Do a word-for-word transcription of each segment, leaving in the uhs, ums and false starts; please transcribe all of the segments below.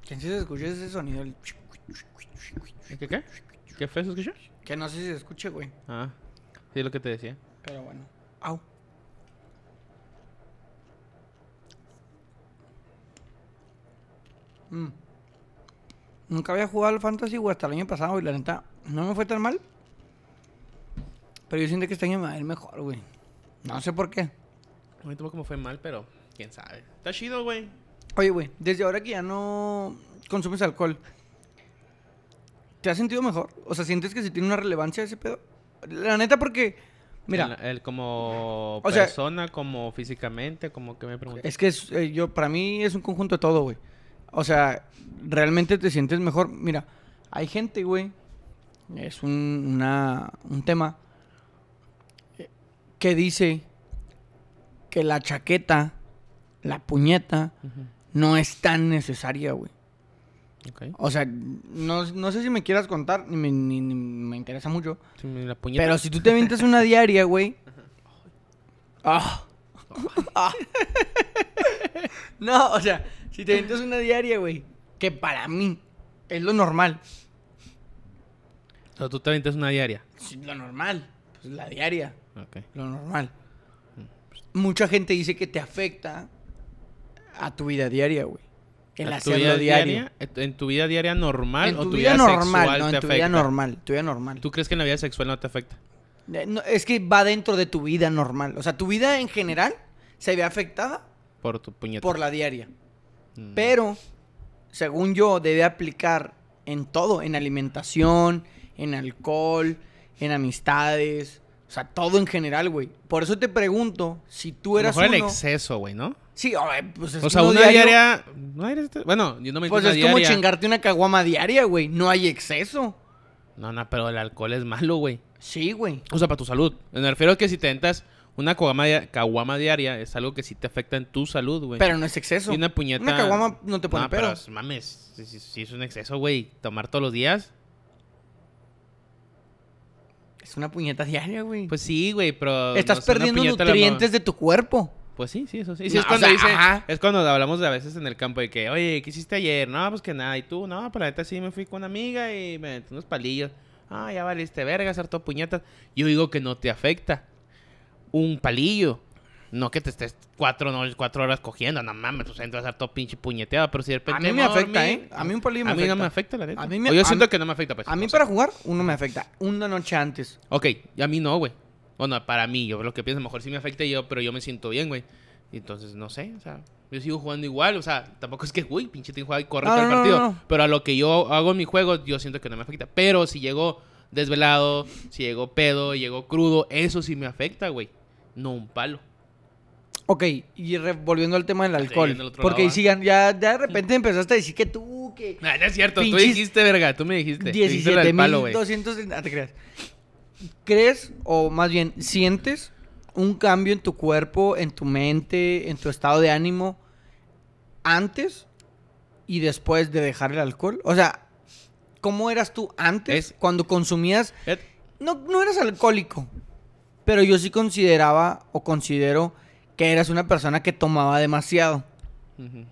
¿Quién se escucha ese sonido? El... ¿Qué qué? ¿Qué fue eso escuchó? Que no sé si se escuche, güey. Ah, sí, es lo que te decía. Pero bueno. Au. Mm. Nunca había jugado al Fantasy, güey, hasta el año pasado, y la neta no me fue tan mal. Pero yo siento que este año me va a ir mejor, güey. No sé por qué. A mí tampoco me fue mal, pero quién sabe. Está chido, güey. Oye, güey, desde ahora que ya no consumes alcohol, ¿te has sentido mejor? O sea, ¿sientes que sí tiene una relevancia ese pedo? La neta, porque, mira... Él, él como o sea, persona, como físicamente, como que me preguntas. Es que es, eh, yo, para mí es un conjunto de todo, güey. O sea, realmente te sientes mejor. Mira, hay gente, güey, es un, una, un tema eh, que dice que la chaqueta, la puñeta, Uh-huh. no es tan necesaria, güey. Okay. O sea, no, no sé si me quieras contar, ni me, ni, ni me interesa mucho. Sí, la puñeta. Pero si tú te avientas una diaria, güey. Ah. Ah. No, o sea, si te avientas una diaria, güey, que para mí es lo normal. O sea, tú te aventas una diaria. Sí, lo normal, pues la diaria, Ok. lo normal. Mucha gente dice que te afecta a tu vida diaria, güey. El ¿En tu hacerlo vida diario. diaria? ¿En tu vida diaria normal En o tu tu vida vida normal, sexual no, te en tu afecta? vida normal, tu vida normal. ¿Tú crees que en la vida sexual no te afecta? Eh, no, es que va dentro de tu vida normal. O sea, tu vida en general se ve afectada Por tu puñeta. por la diaria. Mm. Pero, según yo, debe aplicar en todo, en alimentación, en alcohol, en amistades, o sea, todo en general, güey. Por eso te pregunto, si tú A lo eras mejor uno... el exceso, güey, ¿no? Sí, oye, pues es O sea, uno una diario, diaria... ¿No eres este? Bueno, yo no me pues una es como diaria. chingarte una caguama diaria, güey. No hay exceso. No, no, pero el alcohol es malo, güey. Sí, güey. O sea, para tu salud. Me refiero a que si te entras una caguama, dia- caguama diaria, es algo que sí te afecta en tu salud, güey. Pero no es exceso. Y una puñeta... Una caguama no te pone no, pedo. pero mames, si, si- si es un exceso, güey. Tomar todos los días. Es una puñeta diaria, güey. Pues sí, güey, pero... Estás no sé, una perdiendo puñeta la- nutrientes de tu cuerpo. Pues sí, sí, eso sí. Sí, No, es cuando o sea, dice, ajá. es cuando hablamos de a veces en el campo de que, oye, ¿qué hiciste ayer? No, pues que nada. ¿Y tú? No, pues la neta sí me fui con una amiga y me metí unos palillos. Ah, ya valiste verga, hacer todo puñetas. Yo digo que no te afecta un palillo. No que te estés cuatro, no, cuatro horas cogiendo. No mames, pues entonces vas a hacer todo pinche puñeteado. Pero si de repente A mí me dormí- afecta, ¿eh? A mí un palillo me A mí afecta. no me afecta, la neta. A mí me- O yo a siento mí- que no me afecta, pues. A mí no sé. para jugar, uno me afecta. Una noche antes. Ok, y a mí no, güey. Bueno, para mí, yo lo que pienso, a lo mejor sí me afecta yo, pero yo me siento bien, güey. Y entonces, no sé, o sea, yo sigo jugando igual, o sea, tampoco es que, uy, pinche tengo que jugar y corre No, todo el no, no, partido. no. Pero a lo que yo hago en mi juego, yo siento que no me afecta. Pero si llego desvelado, si llego pedo, llego crudo, eso sí me afecta, güey. No un palo. Ok, y re- volviendo al tema del Sí, alcohol. en el otro Porque lado, ¿ah? sigan, ya, ya de repente empezaste a decir que tú, que No, no es cierto, tú Pinches dijiste, verga, tú me dijiste. Dijiste lo diecisiete del palo, mil güey. doscientos... Ah, te creas. ¿Crees, o más bien, sientes un cambio en tu cuerpo, en tu mente, en tu estado de ánimo antes y después de dejar el alcohol? O sea, ¿cómo eras tú antes Es- cuando consumías? Eh, No, no eras alcohólico, pero yo sí consideraba o considero que eras una persona que tomaba demasiado. ujú.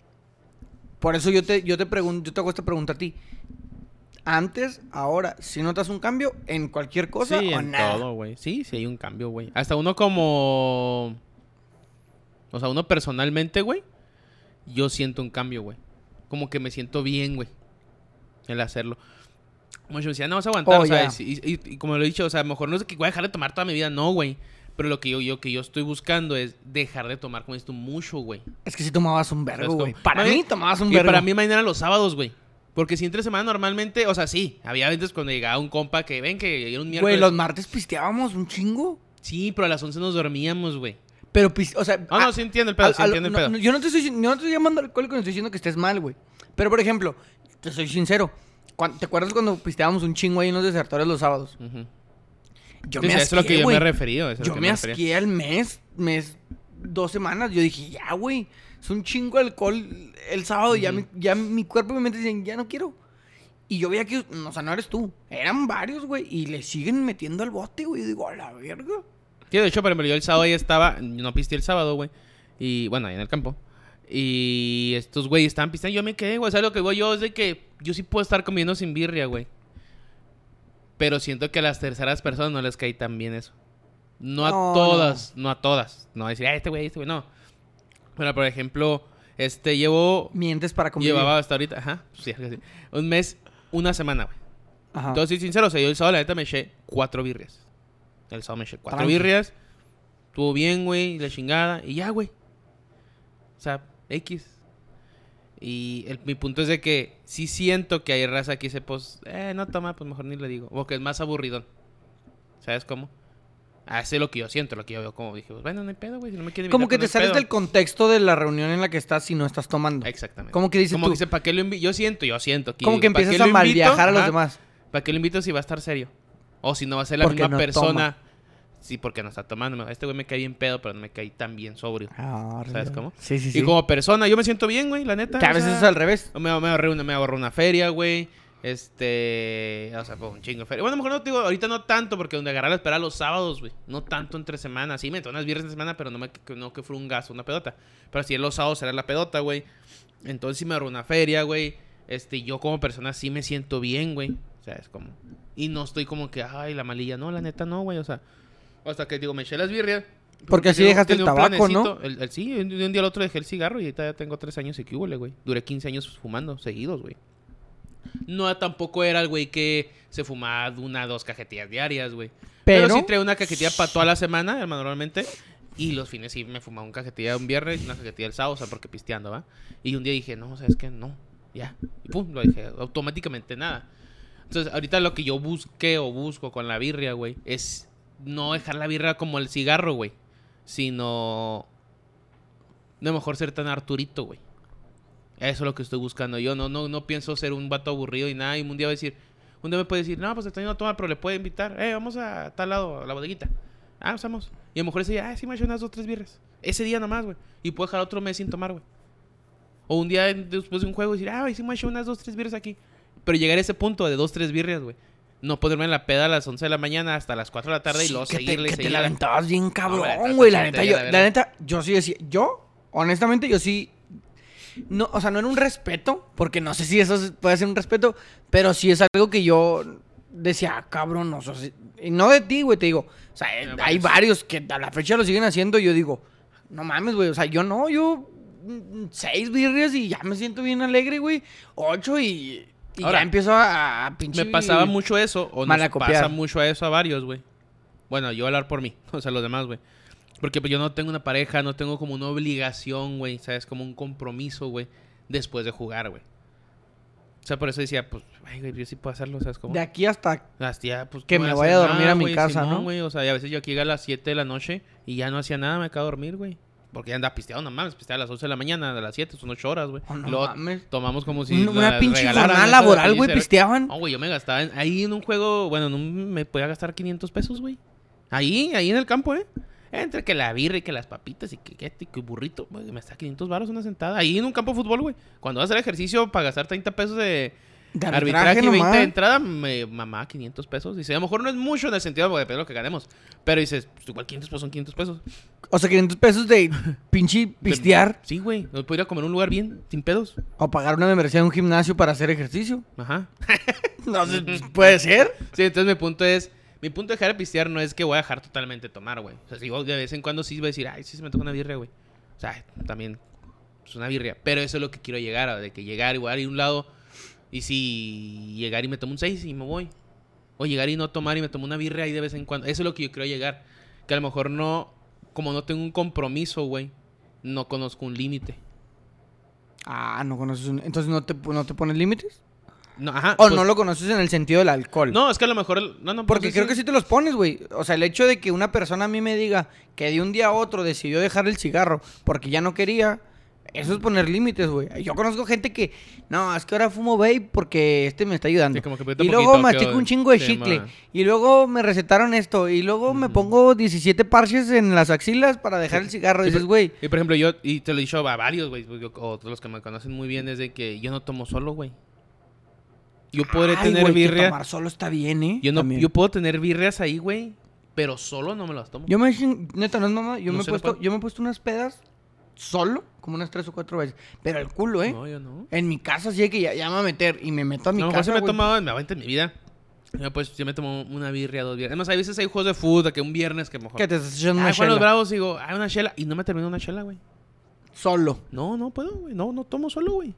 Por eso yo te, yo te pregunto, yo te hago esta pregunta a ti. Antes, ahora, ¿si notas un cambio en cualquier cosa Sí, o en nada? todo, güey. Sí, sí hay un cambio, güey. Hasta uno como... O sea, uno personalmente, güey, yo siento un cambio, güey. Como que me siento bien, güey, el hacerlo. Como yo decía, no vas a aguantar, Oh, o sea, ya. y, y- y como lo he dicho, o sea, a lo mejor no es que voy a dejar de tomar toda mi vida, no, güey. Pero lo que yo, yo, que yo estoy buscando es dejar de tomar con esto mucho, güey. Es que sí tomabas un vergo, ¿Sabes güey. cómo? Para Mami, mí tomabas un Y vergo. para mí mañana los sábados, güey. Porque si entre semana normalmente, o sea, sí, había veces cuando llegaba un compa que ven que era un miércoles. Güey, los martes pisteábamos un chingo. Sí, pero a las once nos dormíamos, güey. Pero, pis- o sea... Ah, no, a- sí entiendo el pedo, a- sí a lo- entiendo el no, pedo. no, yo, no te estoy, yo no te estoy llamando alcohólico, no estoy diciendo que estés mal, güey. Pero, por ejemplo, te soy sincero. cuan- ¿Te acuerdas cuando pisteábamos un chingo ahí en los desertores los sábados? Ujú. Yo Sí, me sí, asqué, eso es lo que yo güey. me he referido. eso es Yo lo que me refería. asqué al mes, mes, dos semanas. Yo dije, ya, güey, es un chingo de alcohol el sábado. y ya, Ujú. mi, ya mi cuerpo y mi mente dicen, ya no quiero. Y yo veía que, o sea, no eres tú. Eran varios, güey. Y le siguen metiendo al bote, güey. Y digo, a la verga. Sí, de hecho, por ejemplo, yo el sábado ahí estaba, no pisteé el sábado, güey. Y bueno, ahí en el campo. Y estos güeyes estaban pisteando. Yo me quedé, güey. ¿Sabes lo que voy yo? Es de que yo sí puedo estar comiendo sin birria, güey. Pero siento que a las terceras personas no les cae tan bien eso. No a No, todas, no. no a todas. No a decir, ah, este güey, este güey, no. Bueno, por ejemplo, este llevo... Mientes para convivir. Llevaba hasta ahorita, ajá, sí, sí, un mes, una semana, güey. Ajá. Entonces, soy sincero, o sea, yo el sábado, la neta, me eché cuatro birrias. El sábado me eché cuatro Tranqui. birrias. Estuvo bien, güey, la chingada. Y ya, güey. O sea, X. Y el, mi punto es de que sí siento que hay raza que dice, pues, eh, no toma, pues mejor ni le digo. O que es más aburridón. ¿Sabes cómo? Hace lo que yo siento, lo que yo veo. Como dije, pues, bueno, no hay pedo, güey. Si no me quiere invitar, Como que pues, te no hay sales pedo. del contexto de la reunión en la que estás si no estás tomando. Exactamente. Como que dices Como tú. que dice, ¿para qué lo invito? Yo siento, yo siento. Como que ¿para qué empiezas lo a mal invito? viajar a los Ajá. demás. ¿Para qué lo invito si va a estar serio? O si no va a ser la Porque misma no persona. Sí, porque no está tomando. Este güey me cae bien pedo, pero no me cae tan bien sobrio. Ah, ¿Sabes cómo? Sí, sí, sí. Y como persona, yo me siento bien, güey, la neta. Que a o veces sea, es al revés. Me, me, ahorré una, me ahorro una feria, güey. Este... O sea, pues un chingo de feria. Bueno, a lo mejor no te digo, ahorita no tanto, porque donde agarrar la espera los sábados, güey. No tanto entre semanas. Sí, me meto unas viernes de semana, pero no, me, que, no que fue un gasto, una pedota. Pero si es los sábados será la pedota, güey. Entonces sí me ahorro una feria, güey. Este, yo como persona sí me siento bien, güey. O sea, es como... Y no estoy como que, ay, la malilla. No, la neta no, güey. O sea, hasta que digo, me eché las birrias. Porque así tenía- dejaste el tenía un tabaco, ¿no? planecito. El, el- sí, de un, de un día al otro dejé el cigarro y ahorita ya tengo tres años y qué hubo, güey. Duré quince años fumando seguidos, güey. No, tampoco era el güey que se fumaba una dos cajetillas diarias, güey. Pero, Pero- sí traía una cajetilla para toda la semana, hermano, normalmente. Y los fines sí me fumaba una cajetilla un viernes y una cajetilla el sábado, o sea, porque pisteando, ¿va? Y un día dije, no, ¿sabes qué? No, ya. Y pum, lo dije, automáticamente nada. Entonces, ahorita lo que yo busqué o busco con la birria, güey, es no dejar la birria como el cigarro, güey. Sino... No mejor ser tan Arturito, güey. Eso es lo que estoy buscando. Yo no, no, no pienso ser un vato aburrido y nada. Y un día va a decir... Un día me puede decir... No, pues estoy no toma, pero le puede invitar. Eh, vamos a tal lado, a la bodeguita. Ah, pues vamos. Y a lo mejor ese día... Ah, sí me he hecho unas dos, tres birras. Ese día nomás, güey. Y puedo dejar otro mes sin tomar, güey. O un día después de un juego decir... Ah, sí me he hecho unas dos, tres birras aquí. Pero llegar a ese punto de dos, tres birrias, güey. No ponerme en la peda a las once de la mañana hasta las cuatro de la tarde y Sí, luego que seguirle te, y que te seguirle. la aventabas bien No, la cabrón, neta, güey. está La neta, chingada, yo, la la verdad. neta, yo sí decía... Yo, honestamente, yo sí... No, o sea, no era un respeto, porque no sé si eso es- puede ser un respeto, pero sí es algo que yo decía, ah, cabrón, no, o sea, sí- y no de ti, güey, te digo, o sea, eh, Pero hay varios. varios que a la fecha lo siguen haciendo y yo digo, no mames, güey, o sea, yo no, yo mm, seis birrias y ya me siento bien alegre, güey, ocho y, y Ahora, ya empiezo a, a pinche... Me pasaba mucho eso, o nos malacopiar. pasa mucho eso a varios, güey. Bueno, yo voy a hablar por mí, o sea, los demás, güey. Porque pues, yo no tengo una pareja, no tengo como una obligación, güey, ¿sabes? Como un compromiso, güey, después de jugar, güey. O sea, por eso decía, pues, ay, güey, yo sí puedo hacerlo, ¿sabes cómo? De aquí hasta... Hasta ya, pues, Que no voy me a vaya hacer a dormir nada, a mi güey, casa, Simón, ¿no? güey, o sea, y a veces yo aquí llegué a las siete de la noche y ya no hacía nada, me acabo de dormir, güey. Porque ya andaba pisteado, no mames, pisteaba a las once de la mañana, a las siete, son ocho horas, güey. Oh, no Y luego mames. tomamos como si Una- una las pinche regalaran jornada esa de laboral, güey, feliz, pisteaban. No, güey, yo me gastaba en- ahí en un juego, bueno, en un- me podía gastar quinientos pesos, güey. Ahí, ahí en el campo, ¿eh? Entre que la birra y que las papitas y que, que, y que burrito, güey, me está quinientos baros una sentada. Ahí en un campo de fútbol, güey. Cuando vas a hacer ejercicio para gastar treinta pesos de, De arbitraje, arbitraje y veinte nomás. de entrada, me mamá quinientos pesos. Dice, a lo mejor no es mucho en el sentido de depende de lo que ganemos. Pero dices, pues igual quinientos pesos son quinientos pesos. O sea, quinientos pesos de pinche pistear Sí, güey. No puedo ir a comer en un lugar bien, sin pedos. o pagar una membresía en un gimnasio para hacer ejercicio. Ajá. No sé, puede ser. Sí, entonces mi punto es... Mi punto de dejar de pistear no es que voy a dejar totalmente de tomar, güey. O sea, si yo de vez en cuando sí voy a decir, ay, sí se me toca una birria, güey. O sea, también es una birria. Pero eso es lo que quiero llegar, a, de que llegar y voy a ir a un lado. Y si llegar y me tomo un seis y me voy. O llegar y no tomar y me tomo una birria ahí de vez en cuando. Eso es lo que yo quiero llegar. Que a lo mejor no... Como no tengo un compromiso, güey. No conozco un límite. Ah, no conoces un... Entonces no te, no te pones límites. No, ajá. O pues- no lo conoces en el sentido del alcohol. No, es que a lo mejor... No, no, Porque pues, creo que sí te los pones, güey. O sea, el hecho de que una persona a mí me diga que de un día a otro decidió dejar el cigarro porque ya no quería, eso es poner límites, güey. Yo conozco gente que, no, es que ahora fumo vape porque este me está ayudando. Sí, como que poquito Y a luego poquito, mastico que- un chingo de sí, chicle. ma. Y luego me recetaron esto. Y luego me pongo diecisiete parches en las axilas para dejar el cigarro. Y Sí, dices, pero- güey, Y por ejemplo, yo, y te lo he dicho a varios, güey, pues, yo- o todos los que me conocen muy bien, es de que yo no tomo solo, güey. Yo podré ay, tener güey, que birria. tomar solo está bien, ¿eh? Yo no, También. yo puedo tener birrias ahí, güey, pero solo no me las tomo. Yo me, neta, no es mamá, yo No me he sé, no puesto, puedo. yo me he puesto unas pedas solo, como unas tres o cuatro veces. Pero el culo, ¿eh? No, yo no. En mi casa sí hay que ya, ya me voy a meter y me meto a mi A lo mejor casa, se me he güey. tomado, me aguanta en mi vida. Yo, pues yo me tomo una birria, dos birrias. Además, hay veces hay juegos de fútbol que un viernes que mejor. Que te estás echando Ah, una Juan los chela. Bravos, digo, ah, una chela. Y no me termino una chela, güey. Solo. No, no puedo, güey. No, no tomo solo, güey.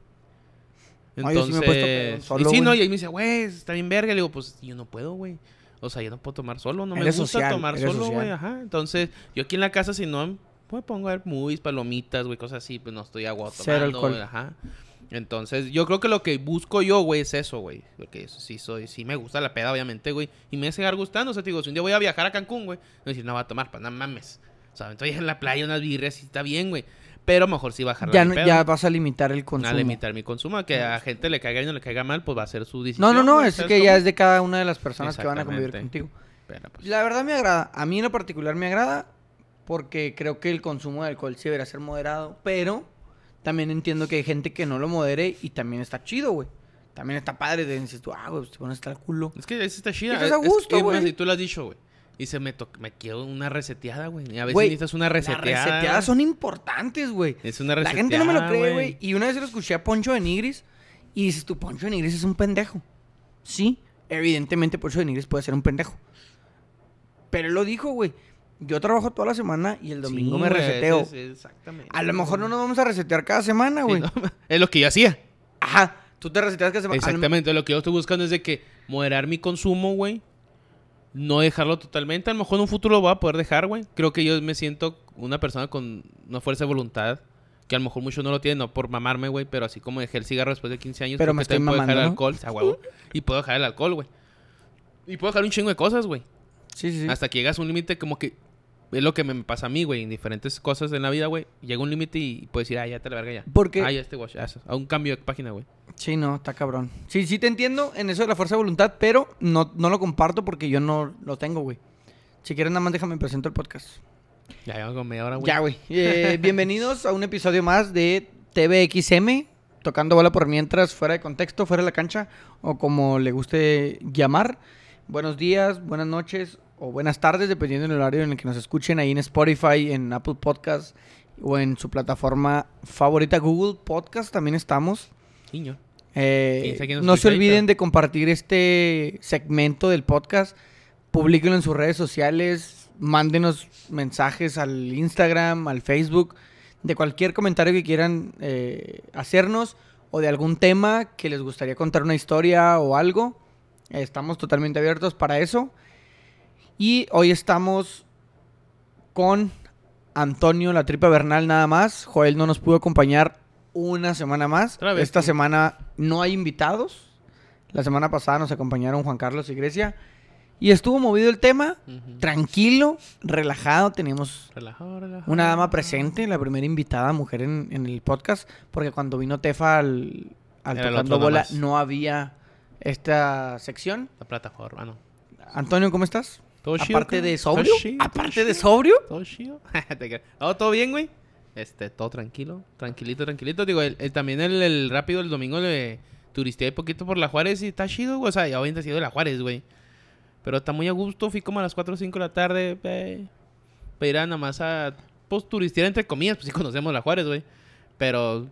No, yo sí me he puesto pedo Entonces, solo, y sí, güey. no, y ahí me dice, güey, está bien verga. Le digo, pues yo no puedo, güey. O sea, yo no puedo tomar solo, no me Eres gusta social, tomar eres solo, social. güey, ajá. Entonces, yo aquí en la casa, si no, pues pongo a ver movies, palomitas, güey, cosas así, pues no estoy agua tomando, Cero alcohol. güey, ajá. Entonces, yo creo que lo que busco yo, güey, es eso, güey. Porque sí soy, sí me gusta la peda, obviamente, güey. Y me va a seguir gustando. O sea, te digo, si un día voy a viajar a Cancún, güey, no voy a decir, no va a tomar, pues no mames. O sea, estoy en la playa, unas birrias y está bien, güey. Pero mejor sí bajar Ya, la no- pedo. ya vas a limitar el consumo. A limitar mi consumo, a que a gente le caiga y no le caiga mal, pues va a ser su decisión. No, no, no, güey, es ¿sabes que cómo? ya es de cada una de las personas que van a convivir Exactamente. contigo. Pero, pues, La verdad me agrada. A mí en lo particular me agrada porque creo que el consumo de alcohol sí debería ser moderado, pero también entiendo que hay gente que no lo modere y también está chido, güey. También está padre de decir tú, ah, güey, te pones hasta el culo. es que eso está chida. Estás a Es- gusto, es más, güey. y tú lo has dicho, güey. Y se me, to- me quiero una reseteada, güey. Y a veces Güey, necesitas una Las reseteada. reseteadas son importantes, güey. Es una La reseteada, gente no me lo cree, güey. Y una vez lo escuché a Poncho de Nigris y dices, tu Poncho de Nigris es un pendejo. Sí, evidentemente Poncho de Nigris puede ser un pendejo. Pero él lo dijo, güey. Yo trabajo toda la semana y el domingo Sí, me güey, reseteo. es- es- exactamente. A lo mejor no nos vamos a resetear cada semana, Sí, güey. no, es lo que yo hacía. Ajá, tú te reseteas cada semana. Exactamente. Lo que yo estoy buscando es de que moderar mi consumo, güey. No dejarlo totalmente. A lo mejor en un futuro lo voy a poder dejar, güey. Creo que yo me siento una persona con una fuerza de voluntad. Que a lo mejor muchos no lo tienen, no por mamarme, güey. Pero así como dejé el cigarro después de quince años. Pero creo me que estoy también puedo dejar el mamando, alcohol. A huevo. Y puedo dejar el alcohol, güey. Y puedo dejar un chingo de cosas, güey. Sí, sí, sí. Hasta que llegas a un límite como que... Es lo que me pasa a mí, güey. En diferentes cosas en la vida, güey. Llega un límite y puedes decir, ah, ya te la verga ya. Porque... Ah, ya este watch. ya, A un cambio de página, güey. Sí, no, está cabrón. Sí, sí te entiendo en eso de la fuerza de voluntad, pero no, no lo comparto porque yo no lo tengo, güey. Si quieres, nada más déjame presento el podcast. Ya llevamos como media hora, güey. Ya, güey. Eh, bienvenidos a un episodio más de T V X M, tocando bola por mientras, fuera de contexto, fuera de la cancha, o como le guste llamar. Buenos días, buenas noches o buenas tardes, dependiendo del horario en el que nos escuchen, ahí en Spotify, en Apple Podcast o en su plataforma favorita, Google Podcast, también estamos. Niño. Eh, Piensa que nos no se escucha olviden ahorita. de compartir este segmento del podcast. Publíquenlo en sus redes sociales. Mándenos mensajes al Instagram, al Facebook, de cualquier comentario que quieran eh, hacernos o de algún tema que les gustaría contar una historia o algo. Eh, estamos totalmente abiertos para eso. Y hoy estamos con Antonio La Tripa Bernal nada más. Joel no nos pudo acompañar una semana más. Otra vez, Esta tú. semana no hay invitados. La semana pasada nos acompañaron Juan Carlos y Grecia. Y estuvo movido el tema. Ujú. Tranquilo, relajado. Teníamos Relajado, relajado. una dama presente, la primera invitada mujer en, en el podcast. Porque cuando vino Tefa al, al Era el Tocando otro Bola nomás. no había esta sección. La plataforma, no. Antonio, ¿cómo estás? Todo chido. Aparte cabrón. de Todo sobrio. chido, todo Aparte de chido. sobrio. Todo chido. Te creas. No, todo bien, güey. Este, todo tranquilo. Tranquilito, tranquilito. Digo, el, el- también el, el rápido el domingo le turisteé un poquito por la Juárez y está chido, güey. O sea, ya obviamente ha sido de la Juárez, güey. Pero está muy a gusto. Fui como a las cuatro o cinco de la tarde. Eh, para ir a nada más a, pues, turistear entre comillas. Pues sí conocemos la Juárez, güey. Pero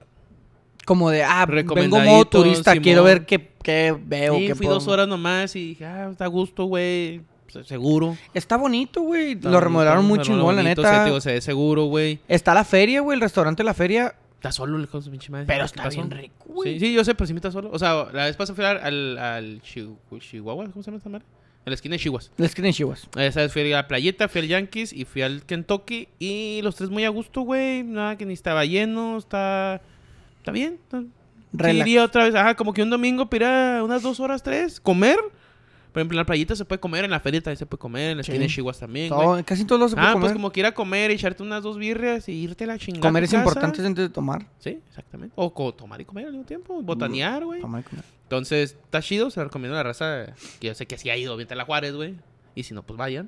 Como de, ah, vengo modo Recomendadito, turista, Simón. quiero ver qué, qué veo. sí, qué fui puedo- dos horas nomás y dije, ah, está a gusto, güey. Se- Seguro. Está bonito, güey. Está Lo bonito, remodelaron muy lo chingón, la bonito, neta. Se, digo, se ve seguro, güey. Está la feria, güey, el restaurante La Feria. Está solo el hijo de su pinche madre. Pero ¿Qué está pasó? bien rico, güey. Sí, sí, yo sé, pero sí me está solo. O sea, la vez pasada fui al, al, al Chihu- Chihuahua, ¿cómo se llama esta madre? A la esquina de Chihuas. La esquina de Chihuas. Esa vez fui a la Playeta, fui al Yankees y fui al Kentucky. Y los tres muy a gusto, güey. Nada que ni estaba lleno, está... Está bien. Está... Sí, Relax. iría otra vez, ajá, como que un domingo para unas dos horas, tres, comer. Por ejemplo, en la playita se puede comer, en la feria también se puede comer, en la Sí. esquina de Chihuas también, güey. Todo- casi todos los se puede Ah, comer. pues como que ir a comer y echarte unas dos birrias y irte a la chingada. Comer a es tu casa. importante antes de tomar. Sí, exactamente. O co- tomar y comer al mismo tiempo. Botanear, güey. Tomar y comer. Entonces, está chido. Se lo recomiendo a la raza. Que yo sé que sí ha ido bien a la Juárez, güey. Y si no, pues vayan.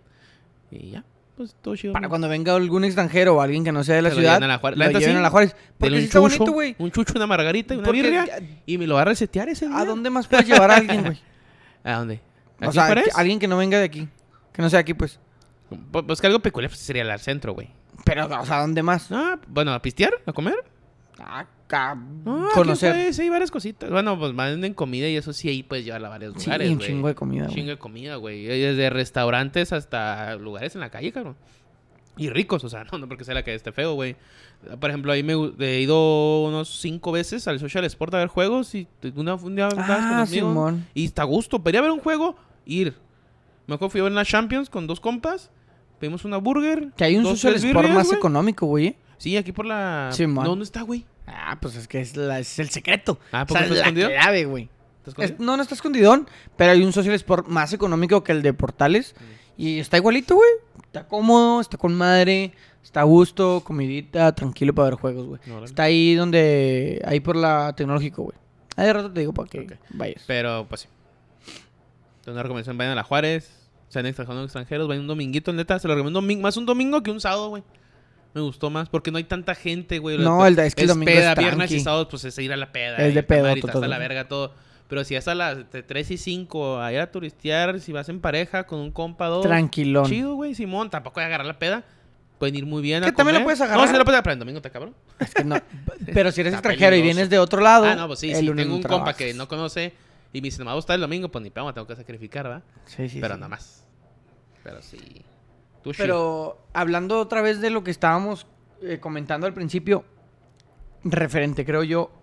Y ya. Pues todo chido. Para güey. cuando venga algún extranjero o alguien que no sea de la Que lo ciudad, lleven a la Juárez. La lo neta, lleven sí. a la Juárez. Porque Denle sí un está chucho, bonito, güey. Un chucho, una margarita y una Porque, birria. ya- Y me lo va a resetear ese día. ¿A dónde más puedes llevar a alguien, güey? ¿A dónde? O ¿Aquí sea, Juárez? que- alguien que no venga de aquí. Que no sea aquí, pues. Pues, pues que algo peculiar pues, sería el al centro, güey. Pero, o sea, ¿dónde más? Ah, bueno, ¿a pistear? ¿A comer? Ah, ca- No, conocer. Pues, sí, hay varias cositas. Bueno, pues venden comida y eso sí, ahí puedes llevarla a varios Sí, lugares, un güey. chingo de comida, Un güey. chingo de comida, güey. Desde restaurantes hasta lugares en la calle, cabrón. Y ricos, o sea, no, no porque sea la que esté feo, güey. Por ejemplo, ahí me gu- he ido unos cinco veces al Social Sport a ver juegos y una, un día andabas con Ah, los amigos Simón. y está a gusto. Pedí a ver un juego, ir. Mejor fui a ver una Champions con dos compas. Pedimos una burger. Que hay un dos, social tres sport birrias, más güey. económico, güey. ¿eh? Sí, aquí por la... Simón. No, ¿dónde está, güey? Ah, pues es que es, la- es el secreto. Ah, o ¿por qué sea, está la escondido? clave, güey. ¿Está escondido? Es- no, no está escondidón, pero hay un social sport más económico que el de Portales. Y está igualito, güey. Está cómodo, está con madre, está a gusto, comidita, tranquilo para ver juegos, güey. Órale. Está ahí donde... Ahí por la tecnológico, güey. Ahí de rato te digo para que Ok. vayas. Pero, pues sí. Entonces, una recomendación, vayan a la Juárez. Sean extranjeros, extranjeros, vayan un dominguito, neta. Se lo recomiendo un domingo- más un domingo que un sábado, güey. Me gustó más porque no hay tanta gente, güey. No, el de- es que el domingo peda, es viernes tranqui. y sábado, pues es ir a la peda. Es y de esta pedo, madre, y hasta total. la verga, todo. Pero si es a las de tres y cinco a ir a turistear, si vas en pareja con un compa, dos. Tranquilón. Chido, güey, Simón. Tampoco voy a agarrar la peda. Pueden ir muy bien a Que también la comer. puedes No, agarrar. sí la puedes agarrar, pero el domingo te cabrón. Es que no. Pero si eres Está extranjero y peligroso. vienes de otro lado... Ah, no, pues sí, el sí. lunes Tengo no un compa trabajas. que no conoce y me dice, no me va a gustar el domingo, pues ni pedo, me tengo que sacrificar, ¿verdad? Sí, sí, Pero sí. nada más. Pero sí. Tú, Pero hablando otra vez de lo que estábamos eh, comentando al principio, referente, creo yo,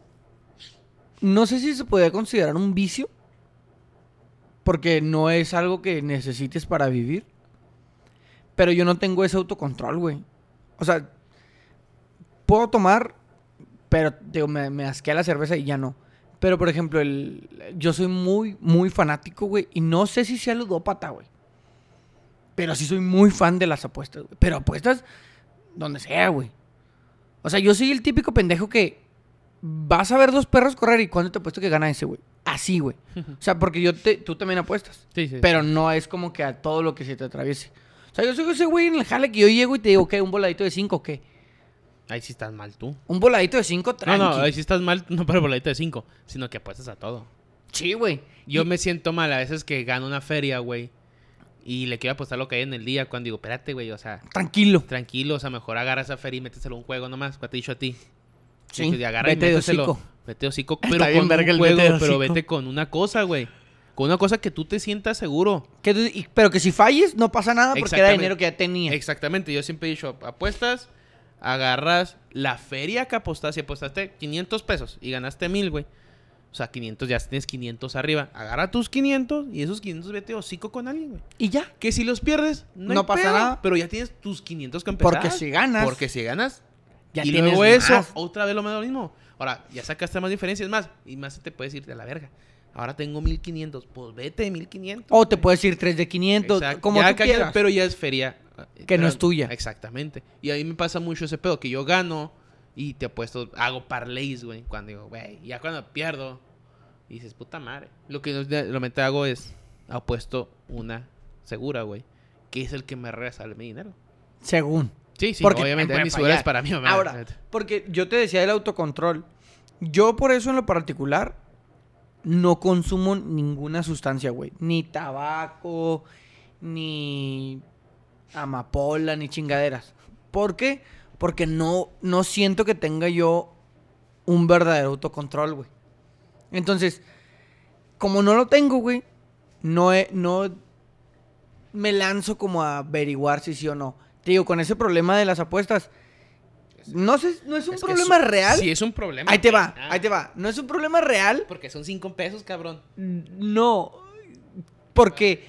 no sé si se puede considerar un vicio, porque no es algo que necesites para vivir, pero yo no tengo ese autocontrol, güey. O sea, puedo tomar, pero digo, me, me asquea la cerveza y ya no. Pero, por ejemplo, el, yo soy muy, muy fanático, güey, y no sé si sea ludópata, güey. Pero sí soy muy fan de las apuestas, güey. Pero apuestas donde sea, güey. O sea, yo soy el típico pendejo que vas a ver dos perros correr y ¿cuándo te apuesto que gana ese, güey? Así, güey. O sea, porque yo te, tú también apuestas. Sí, sí. Pero no es como que a todo lo que se te atraviese. O sea, yo soy ese güey en el jale que yo llego y te digo, ¿qué? ¿Un voladito de cinco o qué? Ahí sí estás mal tú. Un voladito de cinco, No, tranqui. no, ahí sí estás mal, no para el boleto de cinco, sino que apuestas a todo. Sí, güey. Yo Y- me siento mal a veces que gano una feria, güey, y le quiero apostar lo que hay en el día cuando digo, espérate, güey, o sea, Tranquilo. tranquilo, o sea, mejor agarra esa feria y méteselo a un juego nomás, cuando te he dicho a ti. Sí, Y agarra y vete de méteselo. hocico. Vete de hocico, Está pero bien con verga un el juego, vete de pero hocico. vete con una cosa, güey. Con una cosa que tú te sientas seguro. Que tú- y- pero que si falles, no pasa nada porque era Exactamente. dinero que ya tenía. Exactamente, yo siempre he dicho, apuestas, agarras la feria que apostaste, si apostaste quinientos pesos y ganaste mil, güey. O sea, quinientos, ya tienes quinientos arriba. Agarra tus quinientos y esos quinientos vete hocico con alguien, güey. Y ya. Que si los pierdes, no, No hay pasa pedo, nada. pero ya tienes tus quinientos que empezar. Porque si ganas, Porque si ganas, ya y tienes luego eso, más. otra vez lo mismo. Ahora, ya sacaste más diferencias más. Y más te puedes ir de la verga. Ahora tengo mil quinientos. Pues vete de mil quinientos. O te puedes ir tres de quinientos, Exacto. como Ya tú cada- quieras. Pero ya es feria. Que no Pero- es tuya. Exactamente. Y a mí me pasa mucho ese pedo. Que yo gano y te apuesto, hago parlays, güey. Cuando digo, güey, ya cuando pierdo, y dices, puta madre. Lo que realmente hago es, apuesto una segura, güey. Que es el que me regresa mi dinero. Según. Sí, sí, Porque obviamente. puede Mi segura es fallar. para mí, mamá. Ahora, porque yo te decía del autocontrol. Yo por eso en lo particular no consumo ninguna sustancia, güey. Ni tabaco, ni amapola, ni chingaderas. ¿Por qué? Porque no, no siento que tenga yo un verdadero autocontrol, güey. Entonces, como no lo tengo, güey, no, he- no me lanzo como a averiguar si sí o no. Te digo, con ese problema de las apuestas, no sé, no es un Es que problema es- real. Sí, es un problema. Ahí te güey. va, Ah, ahí te va. No es un problema real. Porque son cinco pesos, cabrón. No, porque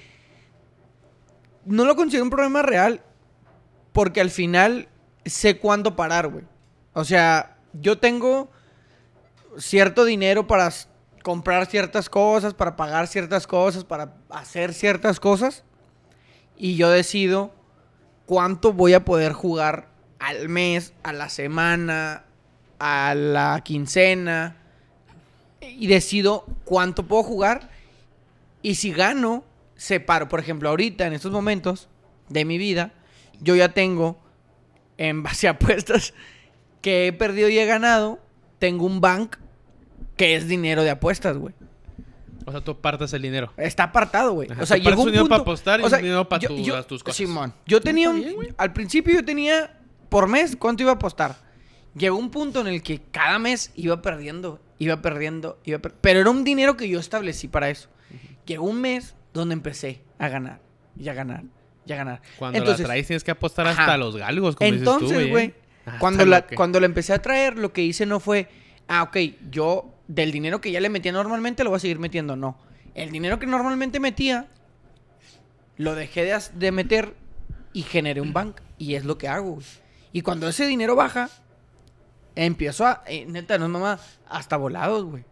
no lo considero un problema real porque al final sé cuándo parar, güey. O sea, yo tengo cierto dinero para s- comprar ciertas cosas, para pagar ciertas cosas, para hacer ciertas cosas y yo decido cuánto voy a poder jugar al mes, a la semana, a la quincena y decido cuánto puedo jugar y si gano, separo. Por ejemplo, ahorita, en estos momentos de mi vida, yo ya tengo, en base a apuestas que he perdido y he ganado, tengo un bank que es dinero de apuestas, güey. O sea, tú apartas el dinero. Está apartado, güey. Ajá, O sea, tú llegó apartas un dinero punto... para apostar y o sea, dinero para yo- tu- yo- las tus cosas. Simón, yo tenía Está un... bien, güey. Al principio yo tenía por mes, ¿cuánto iba a apostar? Llegó un punto en el que cada mes iba perdiendo, iba perdiendo, iba per... pero era un dinero que yo establecí para eso. Uh-huh. Llegó un mes donde empecé a ganar, y a ganar, y a ganar. Cuando Entonces, la traes tienes que apostar hasta ajá. los galgos, como Entonces, dices tú, güey, ¿eh? ah, cuando, la, cuando la empecé a traer, lo que hice no fue, ah, ok, yo del dinero que ya le metía normalmente lo voy a seguir metiendo, no. El dinero que normalmente metía, lo dejé de, de meter y generé un bank. Y es lo que hago, güey. Y cuando ese dinero baja, empiezo a... Eh, neta, no es mamá, hasta volados, güey.